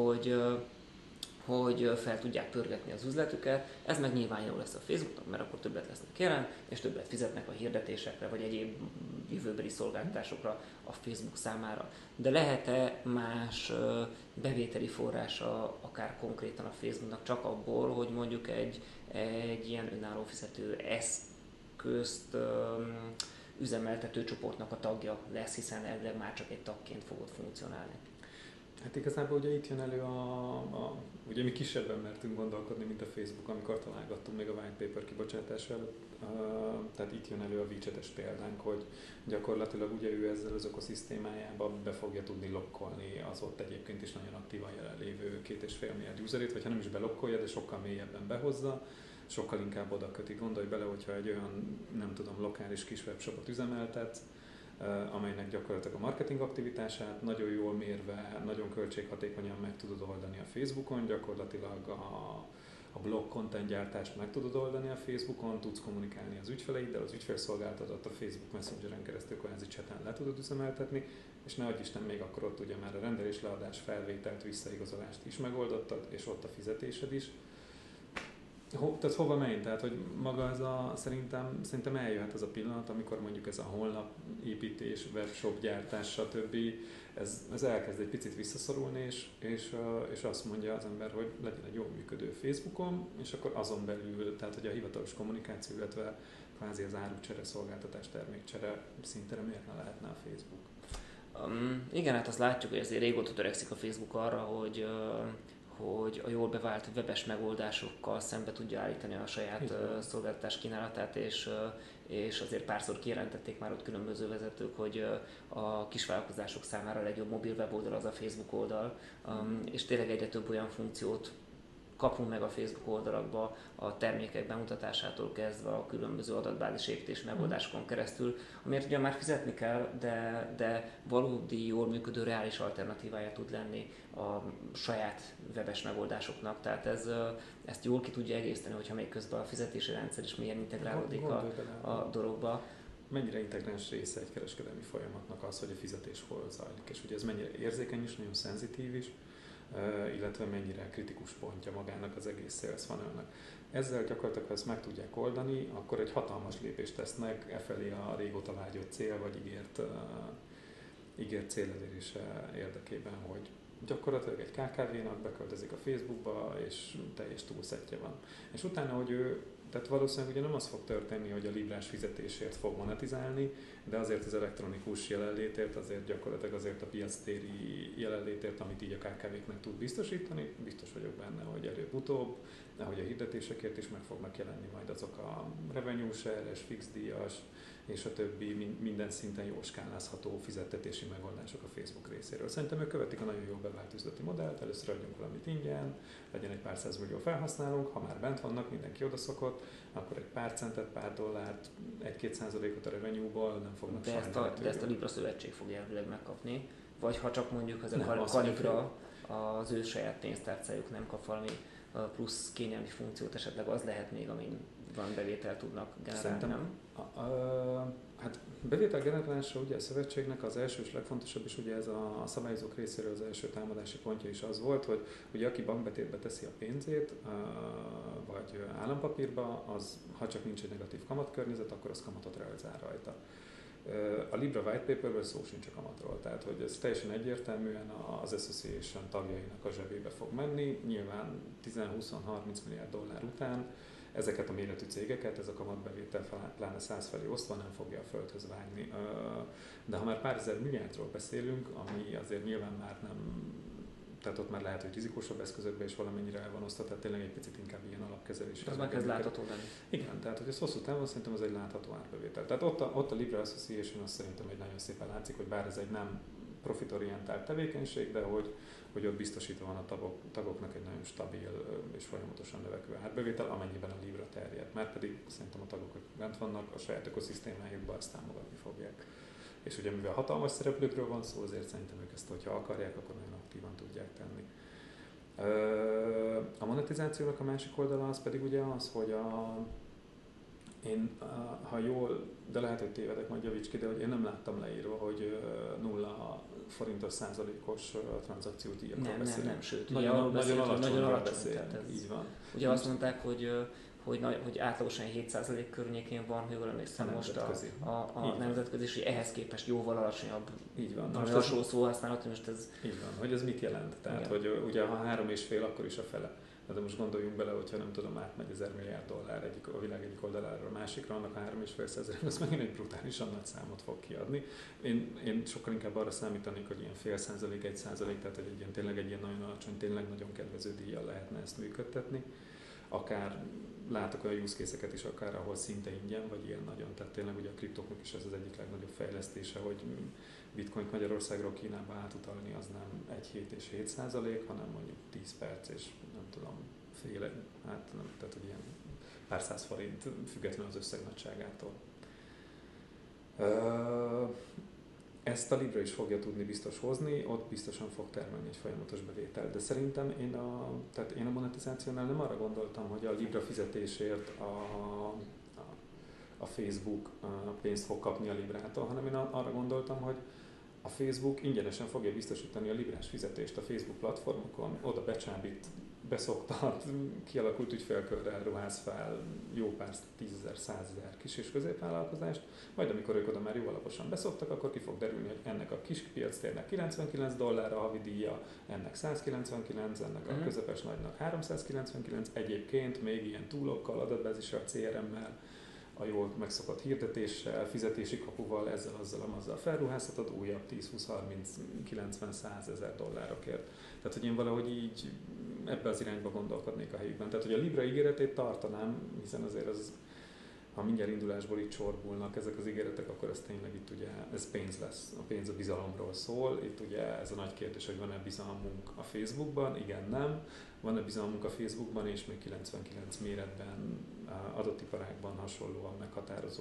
hogy fel tudják pörgetni az üzletüket. Ez meg nyilván jó lesz a Facebooknak, mert akkor többet lesznek jelen, és többet fizetnek a hirdetésekre, vagy egyéb jövőbeli szolgáltatásokra a Facebook számára. De lehet-e más bevételi forrása akár konkrétan a Facebooknak csak abból, hogy mondjuk egy ilyen önálló fizető eszközt üzemeltető csoportnak a tagja lesz, hiszen elvileg már csak egy tagként fogod funkcionálni? Hát igazából ugye itt jön elő ugye mi kisebben mertünk gondolkodni, mint a Facebook, amikor találgattunk még a white paper kibocsátása előtt. Tehát itt jön elő a WeChat-es példánk, hogy gyakorlatilag ugye ő ezzel az ökoszisztémájába be fogja tudni lokkolni az ott egyébként is nagyon aktívan jelenlévő 2,5 milliárd userét, vagy ha nem is belokkolja, de sokkal mélyebben behozza, sokkal inkább oda köti. Gondolj bele, hogyha egy olyan, nem tudom, lokális kis webshopot üzemeltet, amelynek gyakorlatilag a marketing aktivitását nagyon jól mérve, nagyon költséghatékonyan meg tudod oldani a Facebookon, gyakorlatilag a blog content gyártást meg tudod oldani a Facebookon, tudsz kommunikálni az ügyfeleiddel, az ügyfélszolgáltatót a Facebook Messengeren keresztül kvázi chaten le tudod üzemeltetni, és nehogy Isten még akkor ott ugye már a rendelés, leadás, felvételt, visszaigazolást is megoldottad, és ott a fizetésed is. Tehát hova menj? Tehát, hogy maga ez szerintem eljöhet az a pillanat, amikor mondjuk ez a honlap építés, webshop gyártás, stb. Ez elkezd egy picit visszaszorulni, és azt mondja az ember, hogy legyen egy jól működő Facebookon, és akkor azon belül, tehát hogy a hivatalos kommunikáció, illetve kvázi az árucsere, szolgáltatás, termékcsere szintre miért ne lehetne a Facebook? Igen, hát azt látjuk, hogy azért régóta törekszik a Facebook arra, hogy a jól bevált webes megoldásokkal szembe tudja állítani a saját szolgáltatás kínálatát, és azért párszor kijelentették már ott különböző vezetők, hogy a kisvállalkozások számára a legjobb mobil weboldal az a Facebook oldal, és tényleg egyre több olyan funkciót kapunk meg a Facebook oldalakba a termékek bemutatásától kezdve a különböző adatbázis építési megoldásokon keresztül, amiért ugye már fizetni kell, de valódi jól működő reális alternatívája tud lenni a saját webes megoldásoknak. Tehát ezt jól ki tudja egészíteni, hogyha még közben a fizetési rendszer is milyen integrálódik a dologba. Mennyire integráns része egy kereskedelmi folyamatnak az, hogy a fizetés hol zajlik, és hogy ez mennyire érzékeny is, nagyon szenzitív is, illetve mennyire kritikus pontja magának az egész sales funnelnek. Ezzel gyakorlatilag, ha ezt meg tudják oldani, akkor egy hatalmas lépést tesznek efelé a régóta vágyott cél, vagy ígért cél elérése érdekében, hogy gyakorlatilag egy KKV-nak beköltözik a Facebookba, és teljes túlszettje van. És utána, hogy tehát valószínűleg ugye nem az fog történni, hogy a librás fizetésért fog monetizálni, de azért az elektronikus jelenlétért, azért gyakorlatilag azért a piactéri jelenlétért, amit így a KKV-knek tud biztosítani, biztos vagyok benne, hogy előbb-utóbb, ahogy a hirdetésekért is meg fognak jelenni majd azok a revenue share-es, fixdíjas, és a többi minden szinten jól skálázható fizettetési megoldások a Facebook részéről. Szerintem ők követik a nagyon jól bevált üzleti modellt, először adjunk valamit ingyen, legyen egy pár százmillió felhasználónk, ha már bent vannak, mindenki odaszokott, akkor egy pár centet, pár dollárt, 1-2%-ot a revenue-ból nem fognak sajnálni. De ezt a Libra szövetség fogja elvileg megkapni, vagy ha csak mondjuk ezek a Libra az ő saját pénztárcájuk nem kap plusz kényelmi funkciót, esetleg az lehet még, amin van bevételt tudnak generálni, nem? Hát bevételgenerálásra ugye a szövetségnek az első és legfontosabb, és ugye ez a szabályozók részéről az első támadási pontja is az volt, hogy ugye aki bankbetétbe teszi a pénzét, vagy állampapírba, az, ha csak nincs egy negatív kamatkörnyezet, akkor az kamatot realizál rajta. A Libra White Paperből szó sincs a kamatról, tehát hogy ez teljesen egyértelműen az Association tagjainak a zsebébe fog menni, nyilván 10-20-30 milliárd dollár után ezeket a méretű cégeket, ez a kamatbevétel pláne 100 felé osztva nem fogja a földhöz vágni. De ha már pár ezer milliárdról beszélünk, ami azért nyilván már nem, tehát ott már lehet, hogy rizikósabb eszközökbe is valamennyire el van osztva, tehát tényleg egy picit inkább ilyen alapkezelés. Az már kezd látható lenni. Igen, tehát hogy ez hosszú távon szerintem ez egy látható árbevétel. Tehát ott a Libra Association azt szerintem egy nagyon szépen látszik, hogy bár ez egy nem profitorientált tevékenység, de hogy ott biztosítva van a tagoknak egy nagyon stabil és folyamatosan növekvő árbevétel, amennyiben a Libra terjed. Márpedig szerintem a tagok, akik bent vannak, a saját ökoszisztémájukban ezt támogatni fogják. És ugye mivel hatalmas szereplőkről van szó, azért szerintem ők ezt, hogyha akarják, akkor nagyon aktívan tudják tenni. A monetizációnak a másik oldala az pedig ugye az, hogy ha jól, de lehet, hogy tévedek, majd javíts ki, de hogy én nem láttam leírva, hogy 0 forintos százalékos tranzakciódíjakról beszélünk. Nem, sőt, nagyon alacsonyról beszélünk. Így van. Ugye azt mondták, hogy átlagosan 7% környékén van, ha jól emlékszem most a nemzetközi, és ehhez képest jóval alacsonyabb. Így van. Most hasonló szóhasználat, hogy most ez... Így van, hogy ez mit jelent? Tehát, igen. Hogy ugye ha 3,5, akkor is a fele. De most gondoljunk bele, hogyha nem tudom, átmegy 1000 milliárd dollár a világ egyik oldalára a másikra, annak a 3,5%, az megint egy brutálisan nagy számot fog kiadni. Én sokkal inkább arra számítanék, hogy ilyen fél százalék, 1%, tehát hogy tényleg egy ilyen nagyon alacsony, tényleg nagyon kedvező díjjal lehetne ezt működtetni. Akár látok olyan use case-eket is, akár ahol szinte ingyen, vagy ilyen nagyon, tehát tényleg ugye a kriptóknak is ez az egyik legnagyobb fejlesztése, hogy bitcoint Magyarországról Kínába átutalni az nem 1 hét és 7%, hanem mondjuk 10 perc és nem tudom, tehát hogy ilyen pár száz forint függetlenül az összeg nagyságától. Ezt a Libra is fogja tudni biztos hozni, ott biztosan fog termelni egy folyamatos bevétel. De szerintem én a monetizációnál nem arra gondoltam, hogy a Libra fizetésért a Facebook pénzt fog kapni a Librától, hanem én arra gondoltam, hogy a Facebook ingyenesen fogja biztosítani a librás fizetést a Facebook platformokon, oda becsábít, beszoktat, kialakult ügyfélkörrel ruház fel jó pár 10 000, 100 000 kis és középvállalkozást, majd amikor ők oda már jó alaposan beszoktak, akkor ki fog derülni, hogy ennek a kis piactérnek $99 a havidíja, ennek 199, ennek a közepes nagynak 399, egyébként még ilyen túlokkal, adatbázissal, CRM-mel, a jól megszokott hirdetéssel, fizetési kapuval, ezzel, azzal felruházhatod újabb 10, 20, 30, 90, 100 ezer dollárokért. Tehát, hogy én valahogy így ebbe az irányba gondolkodnék a helyükben. Tehát, hogy a Libra ígéretét tartanám, hiszen azért az, ha mindjárt indulásból itt csorbulnak ezek az ígéretek, akkor ez tényleg itt ugye, ez pénz lesz. A pénz a bizalomról szól. Itt ugye ez a nagy kérdés, hogy van-e bizalmunk a Facebookban? Igen, nem. Van-e bizalmunk a Facebookban, és még 99 méretben, adott iparágban hasonlóan meghatározó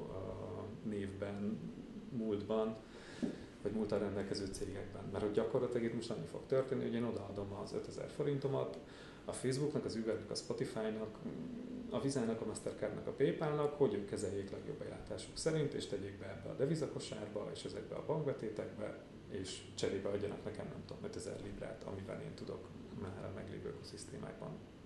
névben, múltban, vagy múltan rendelkező cégekben. Mert hogy gyakorlatilag itt most annyi fog történni, hogy én odaadom az 5000 forintomat a Facebooknak, az Ubernek, a Spotifynak, a Vizának, a Mastercardnak, a PayPalnak, hogy ők kezeljék legjobb belátásuk szerint, és tegyék be ebbe a devizakosárba, és ezekbe a bankbetétekbe, és cserébe adjanak nekem, nem tudom, 5000 librát, amivel én tudok már a meglévő ökoszisztémákban.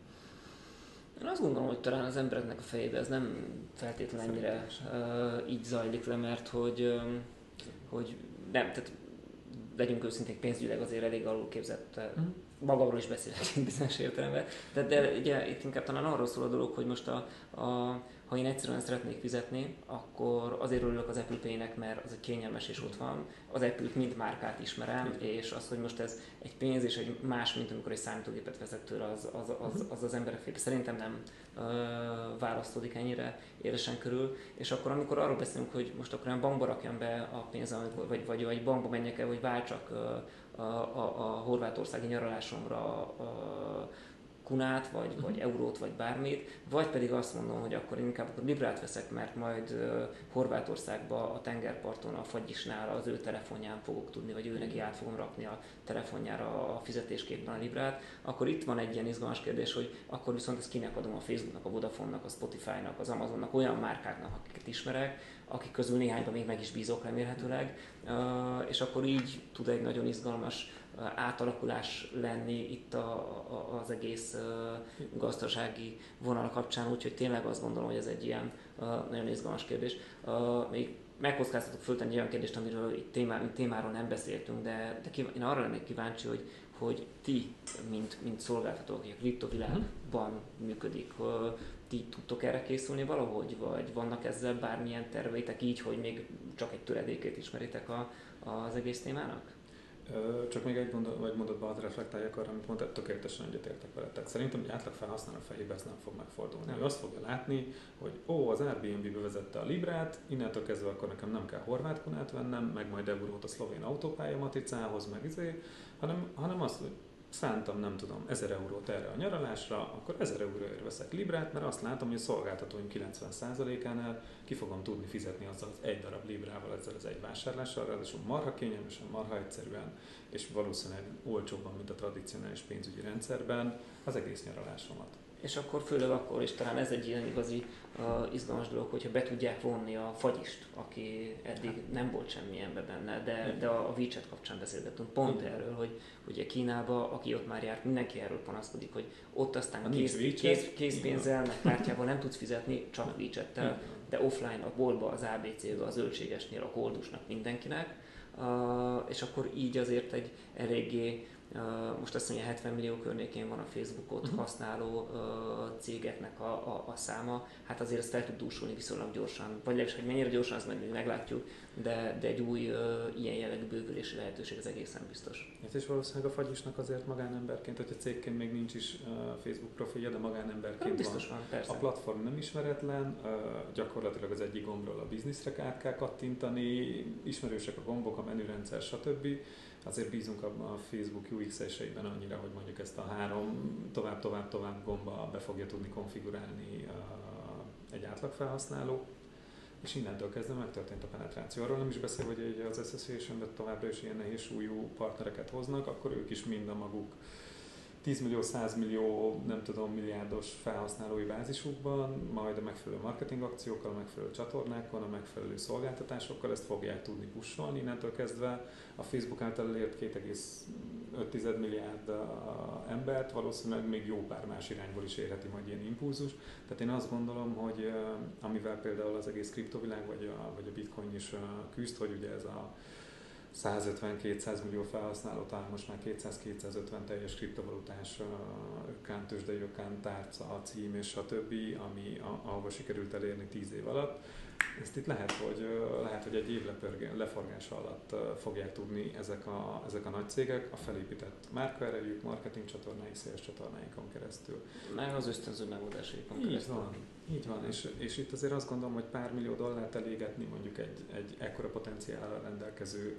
Én azt gondolom, hogy talán az embereknek a fejében ez nem feltétlenül ennyire így zajlik le, mert hogy nem, tehát legyünk őszinték, pénzügyileg azért elég alulképzett, magamról is beszélek bizonyos értelemben, de ugye itt inkább talán arról szól a dolog, hogy most ha én egyszerűen szeretnék fizetni, akkor azért örülök az Apple Pay-nek, mert az egy kényelmes és ott van. Az Apple-t mint márkát ismerem, és az, hogy most ez egy pénz és egy más, mint amikor egy számítógépet vezet tőle, az emberek félre szerintem nem választódik ennyire élesen körül. És akkor, amikor arról beszélünk, hogy most akkor olyan bankba rakjam be a pénzt, vagy bankba menjek el, vagy váltsak a horvátországi nyaralásomra kunát, vagy eurót, vagy bármit, vagy pedig azt mondom, hogy akkor inkább akkor librát veszek, mert majd Horvátországba a tengerparton, a fagyisnál az ő telefonján fogok tudni, vagy ő neki át fogom rakni a telefonjára a fizetésképpen a librát, akkor itt van egy ilyen izgalmas kérdés, hogy akkor viszont ezt kinek adom, a Facebooknak, a Vodafonnak, a Spotifynak, az Amazonnak, olyan márkáknak, akiket ismerek, akik közül néhányban még meg is bízok remélhetőleg, és akkor így tud egy nagyon izgalmas átalakulás lenni itt az egész gazdasági vonal kapcsán, úgyhogy tényleg azt gondolom, hogy ez egy ilyen nagyon izgalmas kérdés. Még megkockáztatok föltenni olyan kérdést, amiről itt témáról nem beszéltünk, de én arra lennék kíváncsi, hogy ti, mint szolgáltatók, akik a kriptovilágban működik, ti tudtok erre készülni valahogy, vagy vannak ezzel bármilyen terveitek így, hogy még csak egy töredékét ismeritek az egész témának? Csak még egy mondatban hadd reflektáljak arra, amit mondtad, tökéletesen egyetértek veletek. Szerintem egy átlag felhasználó fejében ez nem fog megfordulni. Ő azt fogja látni, hogy az Airbnb bevezette a Librát, innentől kezdve akkor nekem nem kell horvát kunát vennem, meg majd eurót a szlovén autópálya matricához, hanem azt, hogy szántam, nem tudom, 1000 eurót erre a nyaralásra, akkor 1000 euróért veszek Librát, mert azt látom, hogy a szolgáltatóim 90%-ánál ki fogom tudni fizetni azzal az egy darab Librával, ezzel az egy vásárlással, ráadásul marha kényelmesen, marha egyszerűen, és valószínűleg olcsóbban, mint a tradicionális pénzügyi rendszerben az egész nyaralásomat. És akkor főleg akkor is talán ez egy ilyen igazi izgalmas dolog, hogyha be tudják vonni a fagyist, aki eddig nem volt semmilyenben benne, de a WeChat kapcsán beszélgettünk pont erről, hogy ugye Kínában, aki ott már járt, mindenki erről panaszkodik, hogy ott aztán készpénzzel, meg kártyával nem tudsz fizetni, csak WeChat-tel, de offline a boltba, az ABC-be, a zöldségesnél, a koldusnak, mindenkinek, és akkor így azért egy eléggé most azt mondja, 70 millió környékén van a Facebookot használó cégeknek a száma, hát azért ezt fel tud dúsulni viszonylag gyorsan, vagy legalábbis, hogy mennyire gyorsan, azt még meglátjuk, de egy új ilyen jellegű bővülési lehetőség az egészen biztos. Ez is valószínűleg a fagyisnak azért magánemberként, hogyha cégként még nincs is Facebook profilja, de magánemberként biztos van, persze. A platform nem ismeretlen, gyakorlatilag az egyik gombról a bizniszre át kell kattintani, ismerősek a gombok, a menürendszer, stb. Azért bízunk a Facebook UX-eseiben annyira, hogy mondjuk ezt a 3 tovább gomba be fogja tudni konfigurálni egy átlagfelhasználó, és innentől kezdve megtörtént a penetráció. Arról nem is beszél, hogy az Association-ben továbbra is ilyen nehéz súlyú partnereket hoznak, akkor ők is mind a maguk 10 millió, 100 millió, nem tudom, milliárdos felhasználói bázisukban, majd a megfelelő marketing akciókkal, a megfelelő csatornákon, a megfelelő szolgáltatásokkal ezt fogják tudni pusolni. Innentől kezdve a Facebook által elért 2,5 milliárd embert valószínűleg még jó pár más irányból is érheti majd ilyen impulzus. Tehát én azt gondolom, hogy amivel például az egész kriptovilág vagy a bitcoin is küzd, hogy ugye ez a 150-200 millió felhasználó, talán most már 200-250 teljes kriptovalutás tőzsdei tárca, cím és a többi, ahova sikerült elérni 10 év alatt. Ezt itt lehet, hogy egy év leforgása alatt fogják tudni ezek a nagy cégek a felépített márkaerejük, marketing csatornái, sales csatornáikon keresztül. Meg az ösztönző megoldásaikon keresztül. Így van. És itt azért azt gondolom, hogy pár millió dollárt elégetni mondjuk egy ekkora potenciállal rendelkező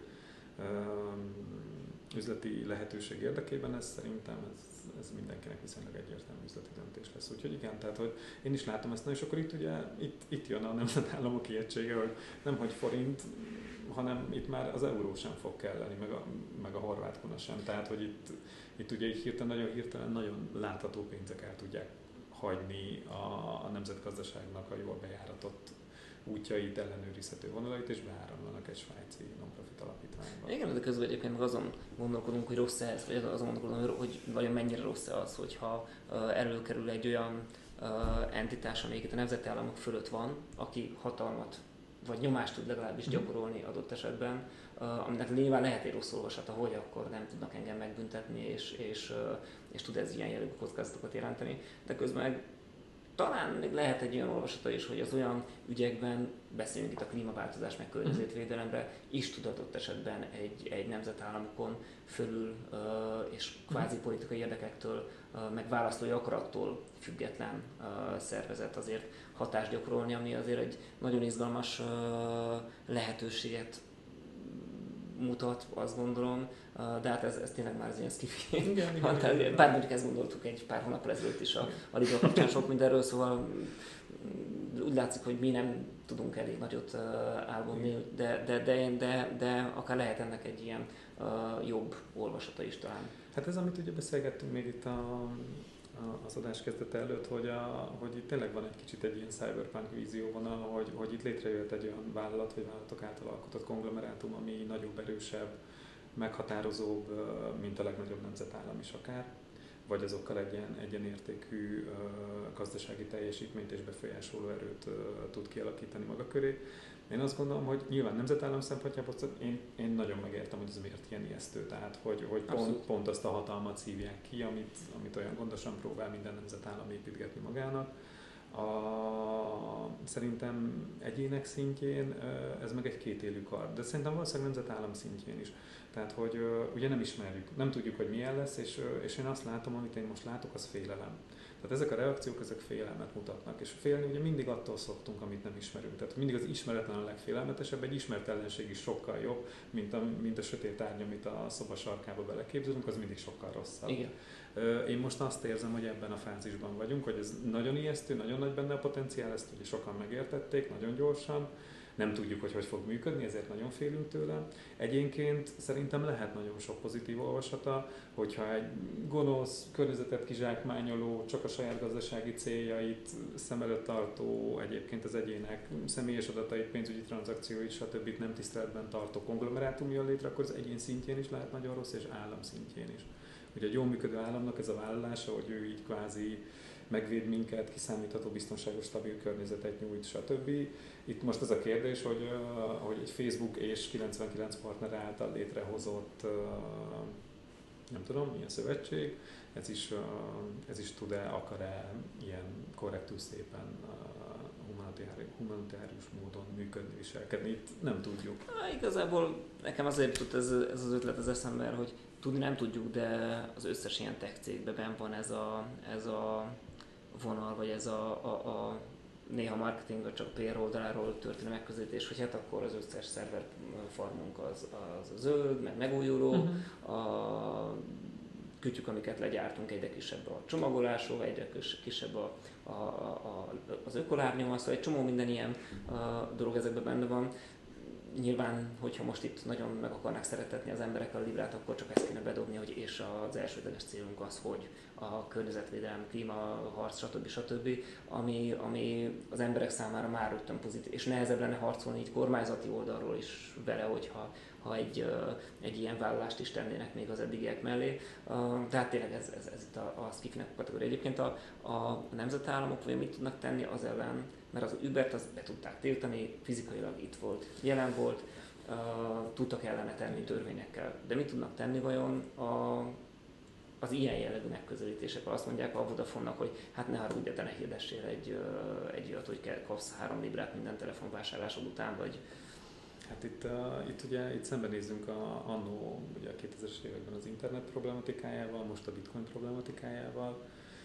üzleti lehetőség érdekében, ez szerintem ez mindenkinek viszonylag egyértelmű üzleti döntés lesz. Úgyhogy igen, tehát hogy én is látom ezt, és akkor itt ugye itt jön a nemzetállamok ijegysége, hogy nem hogy forint, hanem itt már az euró sem fog kelleni, meg a horvát kuna sem. Tehát, hogy itt ugye így hirtelen nagyon látható pénzek el tudják hagyni a nemzetgazdaságnak a jól bejáratott útjait, ellenőrizhető vonalait, és beáramlanak egy svájci non-profit alapítványba. Igen, de közben egyébként meg azon gondolkodunk, hogy rossz ez, vagy azon gondolkodunk, hogy vajon mennyire rossz az, hogyha előkerül egy olyan entitás, amelyik itt a nemzetállamok fölött van, aki hatalmat vagy nyomást tud legalábbis gyakorolni adott esetben, aminek nyilván lehet egy rossz olvasata, hogy akkor nem tudnak engem megbüntetni, és tud ez ilyen jellegű kockázatokat jelenteni, de közben meg talán még lehet egy olyan olvasata is, hogy az olyan ügyekben, beszélünk itt a klímaváltozás meg környezetvédelemre, is tud adott esetben egy nemzetállamokon fölül és kvázi politikai érdekektől, meg választói akarattól független szervezet azért hatást gyakorolni, ami azért egy nagyon izgalmas lehetőséget mutat, azt gondolom, de hát ez tényleg már az ilyen skifi. Igen. Bár mondjuk ezt gondoltuk egy pár hónappal ezelőtt is a liga kapcsán sok mindenről, szóval úgy látszik, hogy mi nem tudunk elég nagyot álmodni, de akár lehet ennek egy ilyen jobb olvasata is talán. Hát ez, amit ugye beszélgettünk még itt az adás kezdete előtt, hogy itt tényleg van egy kicsit egy ilyen cyberpunk vízióvonal, hogy itt létrejött egy olyan vállalat, vagy vállalatok által alkotott konglomerátum, ami nagyobb, erősebb, meghatározóbb, mint a legnagyobb nemzetállam is akár, vagy azokkal egy ilyen értékű gazdasági teljesítményt és befolyásoló erőt tud kialakítani maga köré. Én azt gondolom, hogy nyilván nemzetállam szempontjából én nagyon megértem, hogy ez miért ilyen ijesztő. Tehát, hogy pont azt a hatalmat szívják ki, amit olyan gondosan próbál minden nemzetállam építgetni magának. Szerintem egyének szintjén ez meg egy kétélű kard, de szerintem valószínűleg nemzetállam szintjén is. Tehát, hogy ugye nem ismerjük, nem tudjuk, hogy milyen lesz, és én azt látom, amit én most látok, az félelem. Tehát ezek a reakciók, ezek félelmet mutatnak, és félni ugye mindig attól szoktunk, amit nem ismerünk. Tehát mindig az ismeretlen a legfélelmetesebb, egy ismert ellenség is sokkal jobb, mint a sötét árny, amit a szoba sarkába beleképzelünk, az mindig sokkal rosszabb. Igen. Én most azt érzem, hogy ebben a fázisban vagyunk, hogy ez nagyon ijesztő, nagyon nagy benne a potenciál, ezt ugye sokan megértették, nagyon gyorsan. Nem tudjuk, hogy fog működni, ezért nagyon félünk tőle. Egyénként szerintem lehet nagyon sok pozitív olvasata, hogyha egy gonosz, környezetet kizsákmányoló, csak a saját gazdasági céljait szem előtt tartó, egyébként az egyének személyes adatait, pénzügyi tranzakcióit, stb. Nem tiszteletben tartó konglomerátum jön létre, akkor az egyén szintjén is lehet nagyon rossz, és állam szintjén is. Ugye egy jól működő államnak ez a vállalása, hogy ő így kvázi megvéd minket, kiszámítható, biztonságos, stabil környezetet nyújt, stb. Itt most az a kérdés, hogy egy Facebook és 99 partner által létrehozott, nem tudom, milyen szövetség, ez is tud-e, akar-e ilyen korrektül szépen humanitárius módon működni, viselkedni. Itt nem tudjuk. Igazából nekem azért jutott ez az ötlet az eszembe, hogy tudni nem tudjuk, de az összes ilyen tech cégben benn van ez a vonal, vagy ez a néha marketing, vagy csak PR oldaláról történő megközelítés, hogy hát akkor az összes szerver farmunk az zöld, meg megújuló, a kütyük, amiket legyártunk, egyre kisebb a csomagolásról, egyre kisebb az ökolárnyoma, szóval egy csomó minden ilyen dolog ezekben benne van. Nyilván, hogyha most itt nagyon meg akarnák szeretetni az emberek a Librát, akkor csak ezt kéne bedobni, hogy és az elsődleges célunk az, hogy a környezetvédelem, klímaharc, stb. Ami az emberek számára már rögtön pozitív, és nehezebb lenne harcolni így kormányzati oldalról is vele, hogyha egy ilyen vállalást is tennének még az eddigiek mellé. Tehát tényleg ez itt a skifinek a kategória. Egyébként a nemzetállamok vagy mit tudnak tenni az ellen, mert az Ubert azt be tudták tiltani, fizikailag itt volt, jelen volt, tudtak ellene tenni törvényekkel. De mit tudnak tenni vajon az ilyen jellegű megközelítésekkel? Azt mondják a Vodafone-nak, hogy hát ne haragudj, te ne hirdessél egy olyat, hogy kapsz 3 librát minden telefonvásárlásod után, vagy... Hát itt szembenézünk annó ugye a 2000-es években az internet problematikájával, most a bitcoin problematikájával,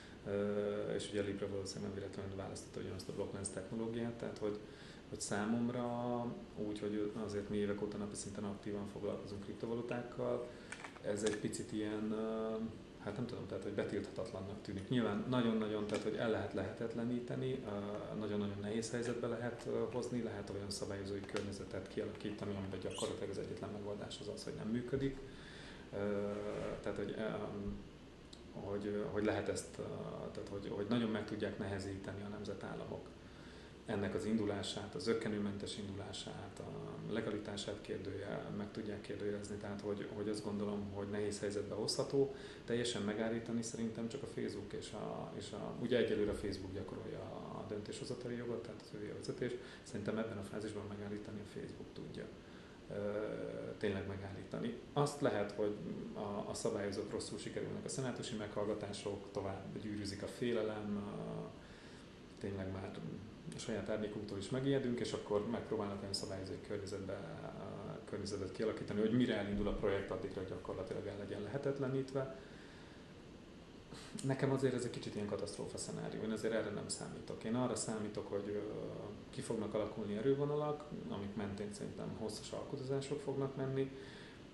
és ugye a Libra valószínűleg nem véletlenül választotta ugyanazt a blokklánc technológiát, tehát hogy számomra úgy, hogy azért mi évek óta napi szinten aktívan foglalkozunk kriptovalutákkal, ez egy picit ilyen, hát nem tudom, tehát hogy betilthatatlannak tűnik. Nyilván nagyon-nagyon, tehát hogy el lehet lehetetleníteni, nagyon-nagyon nehéz helyzetbe lehet hozni, lehet olyan szabályozói környezetet kialakítani, amiben gyakorlatilag az egyetlen megoldás az, hogy nem működik. Tehát, hogy lehet ezt, tehát hogy nagyon meg tudják nehezíteni a nemzetállamok ennek az indulását, az zökkenőmentes indulását, a legalitását meg tudják kérdőjelezni, tehát hogy azt gondolom, hogy nehéz helyzetbe hozható, teljesen megállítani szerintem csak a Facebook és ugye egyelőre a Facebook gyakorolja a döntéshozatali jogot, tehát az ő vezetés, szerintem ebben a fázisban megállítani a Facebook tudja. Tényleg megállítani. Azt lehet, hogy a szabályozók rosszul sikerülnek a szenátusi meghallgatások, tovább gyűrűzik a félelem, tényleg már a saját árnyékunktól is megijedünk, és akkor megpróbálnak olyan szabályozói környezetet kialakítani, hogy mire elindul a projekt, addigra gyakorlatilag el legyen lehetetlenítve. Nekem azért ez egy kicsit ilyen katasztrófa szenárió, én azért erre nem számítok. Én arra számítok, hogy ki fognak alakulni erővonalak, amik mentén szerintem hosszas alkudozások fognak menni,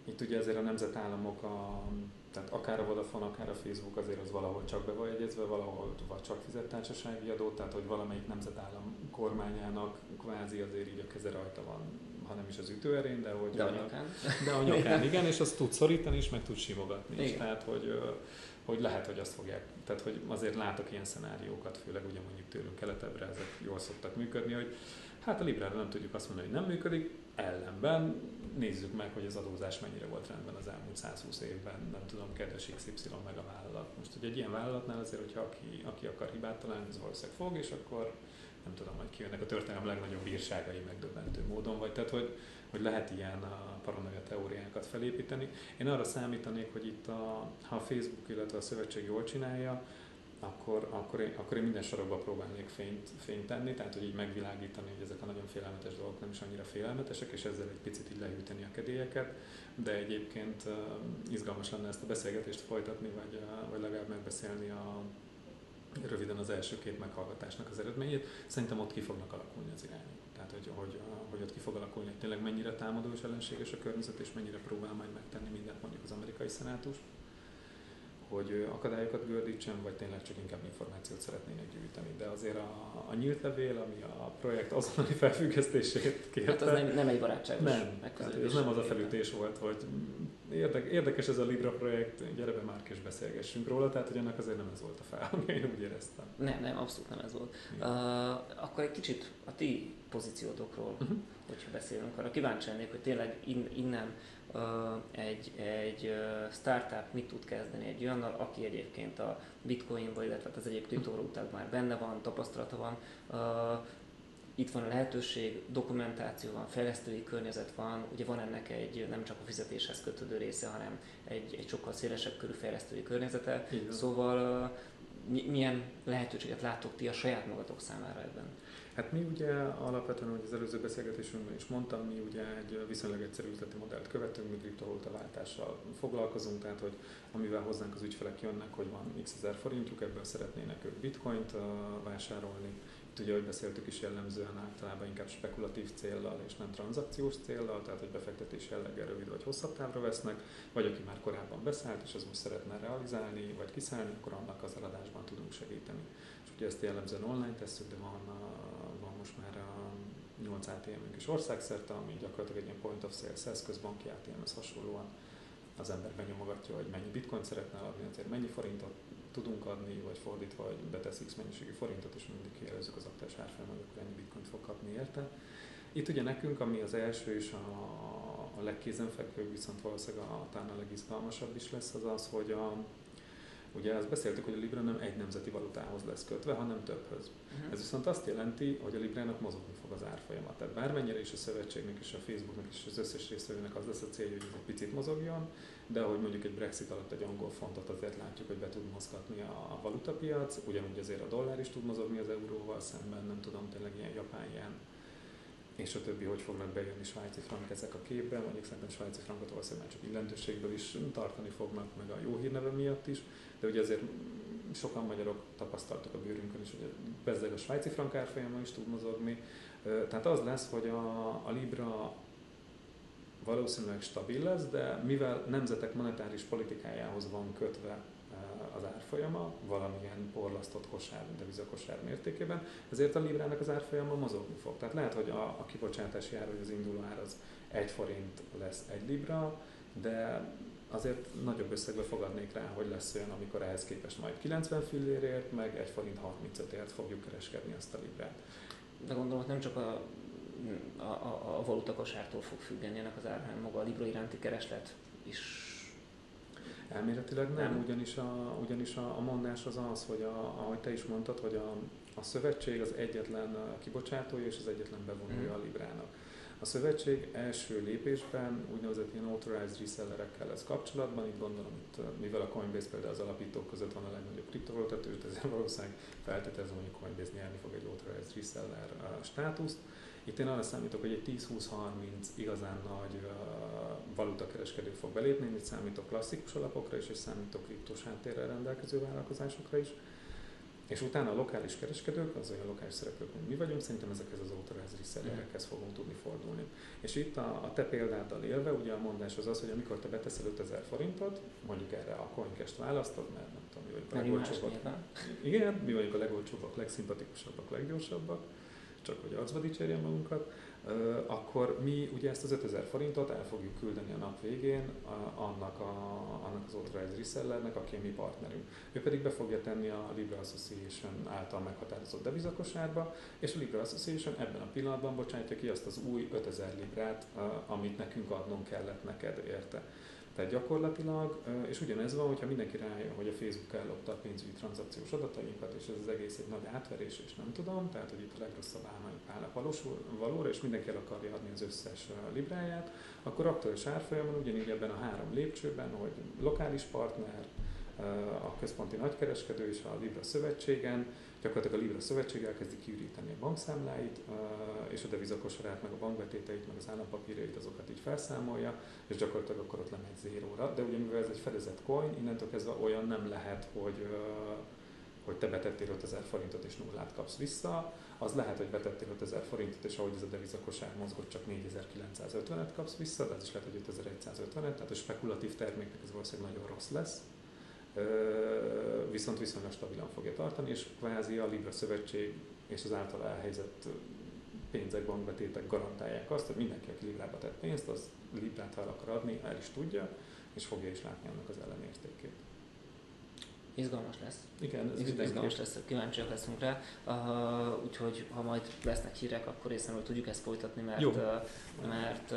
itt ugye azért a nemzetállamok, tehát akár a Vodafone, akár a Facebook azért az valahol csak be van jegyezve, valahol vagy csak fizet társasági adót, tehát hogy valamelyik nemzetállam kormányának kvázi azért így a keze rajta van, ha nem is az ütőerén, de hogy... De a nyakán. De a nyakán, igen, és azt tud szorítani is, meg tud simogatni is. Igen. Tehát, hogy lehet, hogy azt fogják, tehát hogy azért látok ilyen szenáriókat, főleg ugye mondjuk tőlünk keletebbre, ezek jól szoktak működni, hogy hát a Librára nem tudjuk azt mondani, hogy nem működik, ellenben nézzük meg, hogy az adózás mennyire volt rendben az elmúlt 120 évben, nem tudom, kedves XY meg a vállalat. Most ugye egy ilyen vállalatnál azért, hogyha aki akar hibát találni, az valószínűleg fog, és akkor nem tudom, hogy kijönnek a történelem legnagyobb bírságai megdöbbentő módon, vagy tehát, hogy lehet ilyen paranoia teóriákat felépíteni. Én arra számítanék, hogy itt ha a Facebook, illetve a szövetség jól csinálja, akkor én minden sarokba próbálnék fényt tenni, tehát hogy így megvilágítani, hogy ezek a nagyon félelmetes dolgok nem is annyira félelmetesek, és ezzel egy picit így lehűteni a kedélyeket, de egyébként izgalmas lenne ezt a beszélgetést folytatni, vagy legalább megbeszélni röviden az első 2 meghallgatásnak az eredményét. Szerintem ott ki fognak alakulni az irányok. Tehát, hogy ott ki fog alakulni, hogy tényleg mennyire támadó és ellenséges a környezet, és mennyire próbál majd megtenni mindent mondjuk az amerikai szenátus, hogy akadályokat gördítsen, vagy tényleg csak inkább információt szeretnének gyűjteni. De azért a nyílt levél, ami a projekt azonnali felfüggesztését kérte... Hát az nem egy barátságos megközelítés. Ez nem az a felütés volt, hogy érdekes ez a Libra projekt, gyere be már és beszélgessünk róla, tehát hogy ennek azért nem ez volt a felhangja, én úgy éreztem. Nem, abszolút nem ez volt. Akkor egy kicsit a ti pozíciótokról, hogyha beszélünk, arra kíváncsi lennék, hogy tényleg innen egy startup mit tud kezdeni egy olyannal, aki egyébként a bitcoinban, illetve az egyéb kriptovalutákban már benne van, tapasztalata van, itt van a lehetőség, dokumentáció van, fejlesztői környezet van, ugye van ennek egy nem csak a fizetéshez kötődő része, hanem egy sokkal szélesebb körű fejlesztői környezete. Igen. Szóval milyen lehetőséget láttok ti a saját magatok számára ebben? Hát mi ugye alapvetően, hogy az előző beszélgetésünkben is mondtam, mi ugye egy viszonylag egyszerű üzleti modellt követünk, mi kriptovalutaváltással foglalkozunk, tehát hogy amivel hozzánk az ügyfelek jönnek, hogy van x ezer forintjuk, ebből szeretnének ők bitcoint vásárolni. Itt ugye, ahogy beszéltük is, jellemzően általában inkább spekulatív céllal és nem tranzakciós céllal, tehát hogy befektetés jelleggel rövid vagy hosszabb távra vesznek, vagy aki már korábban beszállt és az most szeretne realizálni vagy kiszállni, akkor annak az eladásban tudunk segíteni. És ugye ezt jellemzően online tesszük, de van most már 8 ATM-ünk is országszerte, ami gyakorlatilag egy ilyen point of sales eszköz, banki ATM-hez hasonlóan az ember benyomogatja, hogy mennyi bitcoint szeretne adni, azért mennyi forintot tudunk adni, vagy fordítva, hogy betesz X mennyiségű forintot, és mindig kijelezzük az aktuális árfolyamot, akkor ennyi bitcoint fog kapni érte. Itt ugye nekünk, ami az első és a legkézenfekvőbb, viszont valószínűleg talán a legizgalmasabb is lesz, az az, hogy ugye azt beszéltük, hogy a Libra nem egy nemzeti valutához lesz kötve, hanem többhöz. Ez viszont azt jelenti, hogy a Librának mozogni fog az árfolyama. Tehát bármennyire is a szövetségnek és a Facebooknak és az összes résztvevőnek az lesz a célja, hogy ez egy picit mozogjon, de ahogy mondjuk egy Brexit alatt egy angol fontot azért látjuk, hogy be tud mozgatni a valutapiac, ugyanúgy azért a dollár is tud mozogni az euróval szemben, nem tudom, tényleg ilyen japán yen, és a többi, hogy fognak bejönni svájci frank ezek a képben, mondjuk szerintem svájci frankot valószínűleg már csak illentőségből is tartani fognak, meg a jó hírneve miatt is, de ugye azért sokan magyarok tapasztaltak a bőrünkön is, hogy bezzeg a svájci frank árfolyama is tud mozogni. Tehát az lesz, hogy a Libra valószínűleg stabil lesz, de mivel nemzetek monetáris politikájához van kötve az árfolyama, valamilyen porlasztott kosár, devizakosár mértékében, ezért a Librának az árfolyama mozogni fog. Tehát lehet, hogy a kibocsátási ár, vagy az induló ár az 1 forint lesz 1 Libra, de azért nagyobb összegbe fogadnék rá, hogy lesz olyan, amikor ehhez képest majd 90 fillérért, meg 1 forint 35ért fogjuk kereskedni azt a Librát. De gondolom, hogy nem csak a valutakosártól fog függeni ennek az ár, hanem maga a Libra iránti kereslet is. Elméletileg nem. Ugyanis a mondás az az, hogy ahogy te is mondtad, hogy a szövetség az egyetlen kibocsátója és az egyetlen bevonója a Librának. A szövetség első lépésben úgynevezett ilyen authorized resellerekkel lesz kapcsolatban, itt gondolom, mivel a Coinbase például az alapítók között van a legnagyobb kriptovaluta tőzsde, ezért valószínűleg feltételezem, hogy a Coinbase nyerni fog egy authorized reseller státuszt. Itt én arra számítok, hogy egy 10-20-30 igazán nagy valutakereskedő fog belépni, itt számítok klasszikus alapokra is, és számítok kriptós háttérrel rendelkező vállalkozásokra is. És utána a lokális kereskedők, az olyan lokális szereplők, mint mi vagyunk, szerintem ezekhez az authorized resellerekhez fogunk tudni fordulni. És itt a te példáddal élve, ugye a mondás az az, hogy amikor te beteszel 5000 forintot, mondjuk erre a CoinCash-t választod, mert nem tudom, mi vagyunk a legolcsóbbak. Igen, mi vagyunk a legolcsóbbak, legszimpatikusabbak, leggyorsabbak, csak hogy arcba dicsérjem magunkat, akkor mi ugye ezt az 5000 forintot el fogjuk küldeni a nap végén annak az authorized resellernek, aki a mi partnerünk. Ő pedig be fogja tenni a Libra Association által meghatározott devizakosárba, és a Libra Association ebben a pillanatban bocsátja ki azt az új 5000 librát, amit nekünk adnunk kellett neked érte. Tehát gyakorlatilag, és ugyanez van, hogyha mindenki rájön, hogy a Facebook ellopta a pénzügyi tranzakciós adatainkat, és ez az egész egy nagy átverés, és nem tudom, tehát hogy itt a legrosszabb álmaink állnak valóra, és mindenki el akarja adni az összes libráját, akkor aktuális árfolyamon ugyanígy ebben a 3 lépcsőben, hogy lokális partner, a központi nagykereskedő és a Libra Szövetségen, gyakorlatilag a Libra Szövetség elkezdi kiüríteni a bankszámláit, és a devizakosarát, meg a bankbetéteit, meg az állampapírjait, azokat így felszámolja, és gyakorlatilag akkor ott lemegy zéróra. De ugye mivel ez egy fedezett coin, innentől kezdve olyan nem lehet, hogy te betettél 5000 forintot és nullát kapsz vissza, az lehet, hogy betettél 5000 forintot, és ahogy ez a devizakosár mozgott, csak 4950-et kapsz vissza, de ez is lehet, hogy 5150-et, tehát a spekulatív terméknek ez valószínűleg nagyon rossz lesz. Viszont viszonylag stabilan fogja tartani, és kvázi a Libra Szövetség és az általa elhelyezett pénzek, bankbetétek garantálják azt, hogy mindenki, aki Librába tett pénzt, az Librát el akar adni, el is tudja, és fogja is látni annak az ellenértékét. Izgalmas lesz. Igen, ez izgalmas lesz, kíváncsiak leszünk rá. Úgyhogy ha majd lesznek hírek, akkor részemről tudjuk ezt folytatni, mert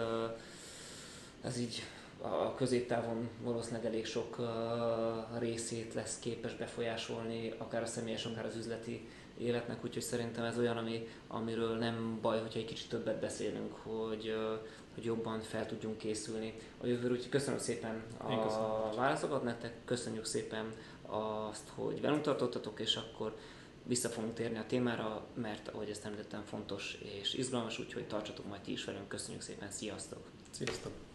ez így a középtávon valószínűleg elég sok részét lesz képes befolyásolni, akár a személyes, akár az üzleti életnek, úgyhogy szerintem ez olyan, amiről nem baj, hogyha egy kicsit többet beszélünk, hogy jobban fel tudjunk készülni a jövőre. Úgyhogy köszönöm szépen a válaszokat nektek, köszönjük szépen azt, hogy velünk tartottatok, és akkor vissza fogunk térni a témára, mert ahogy ezt említettem, fontos és izgalmas, úgyhogy tartsatok majd ti is velünk. Köszönjük szépen, sziasztok! Sziasztok!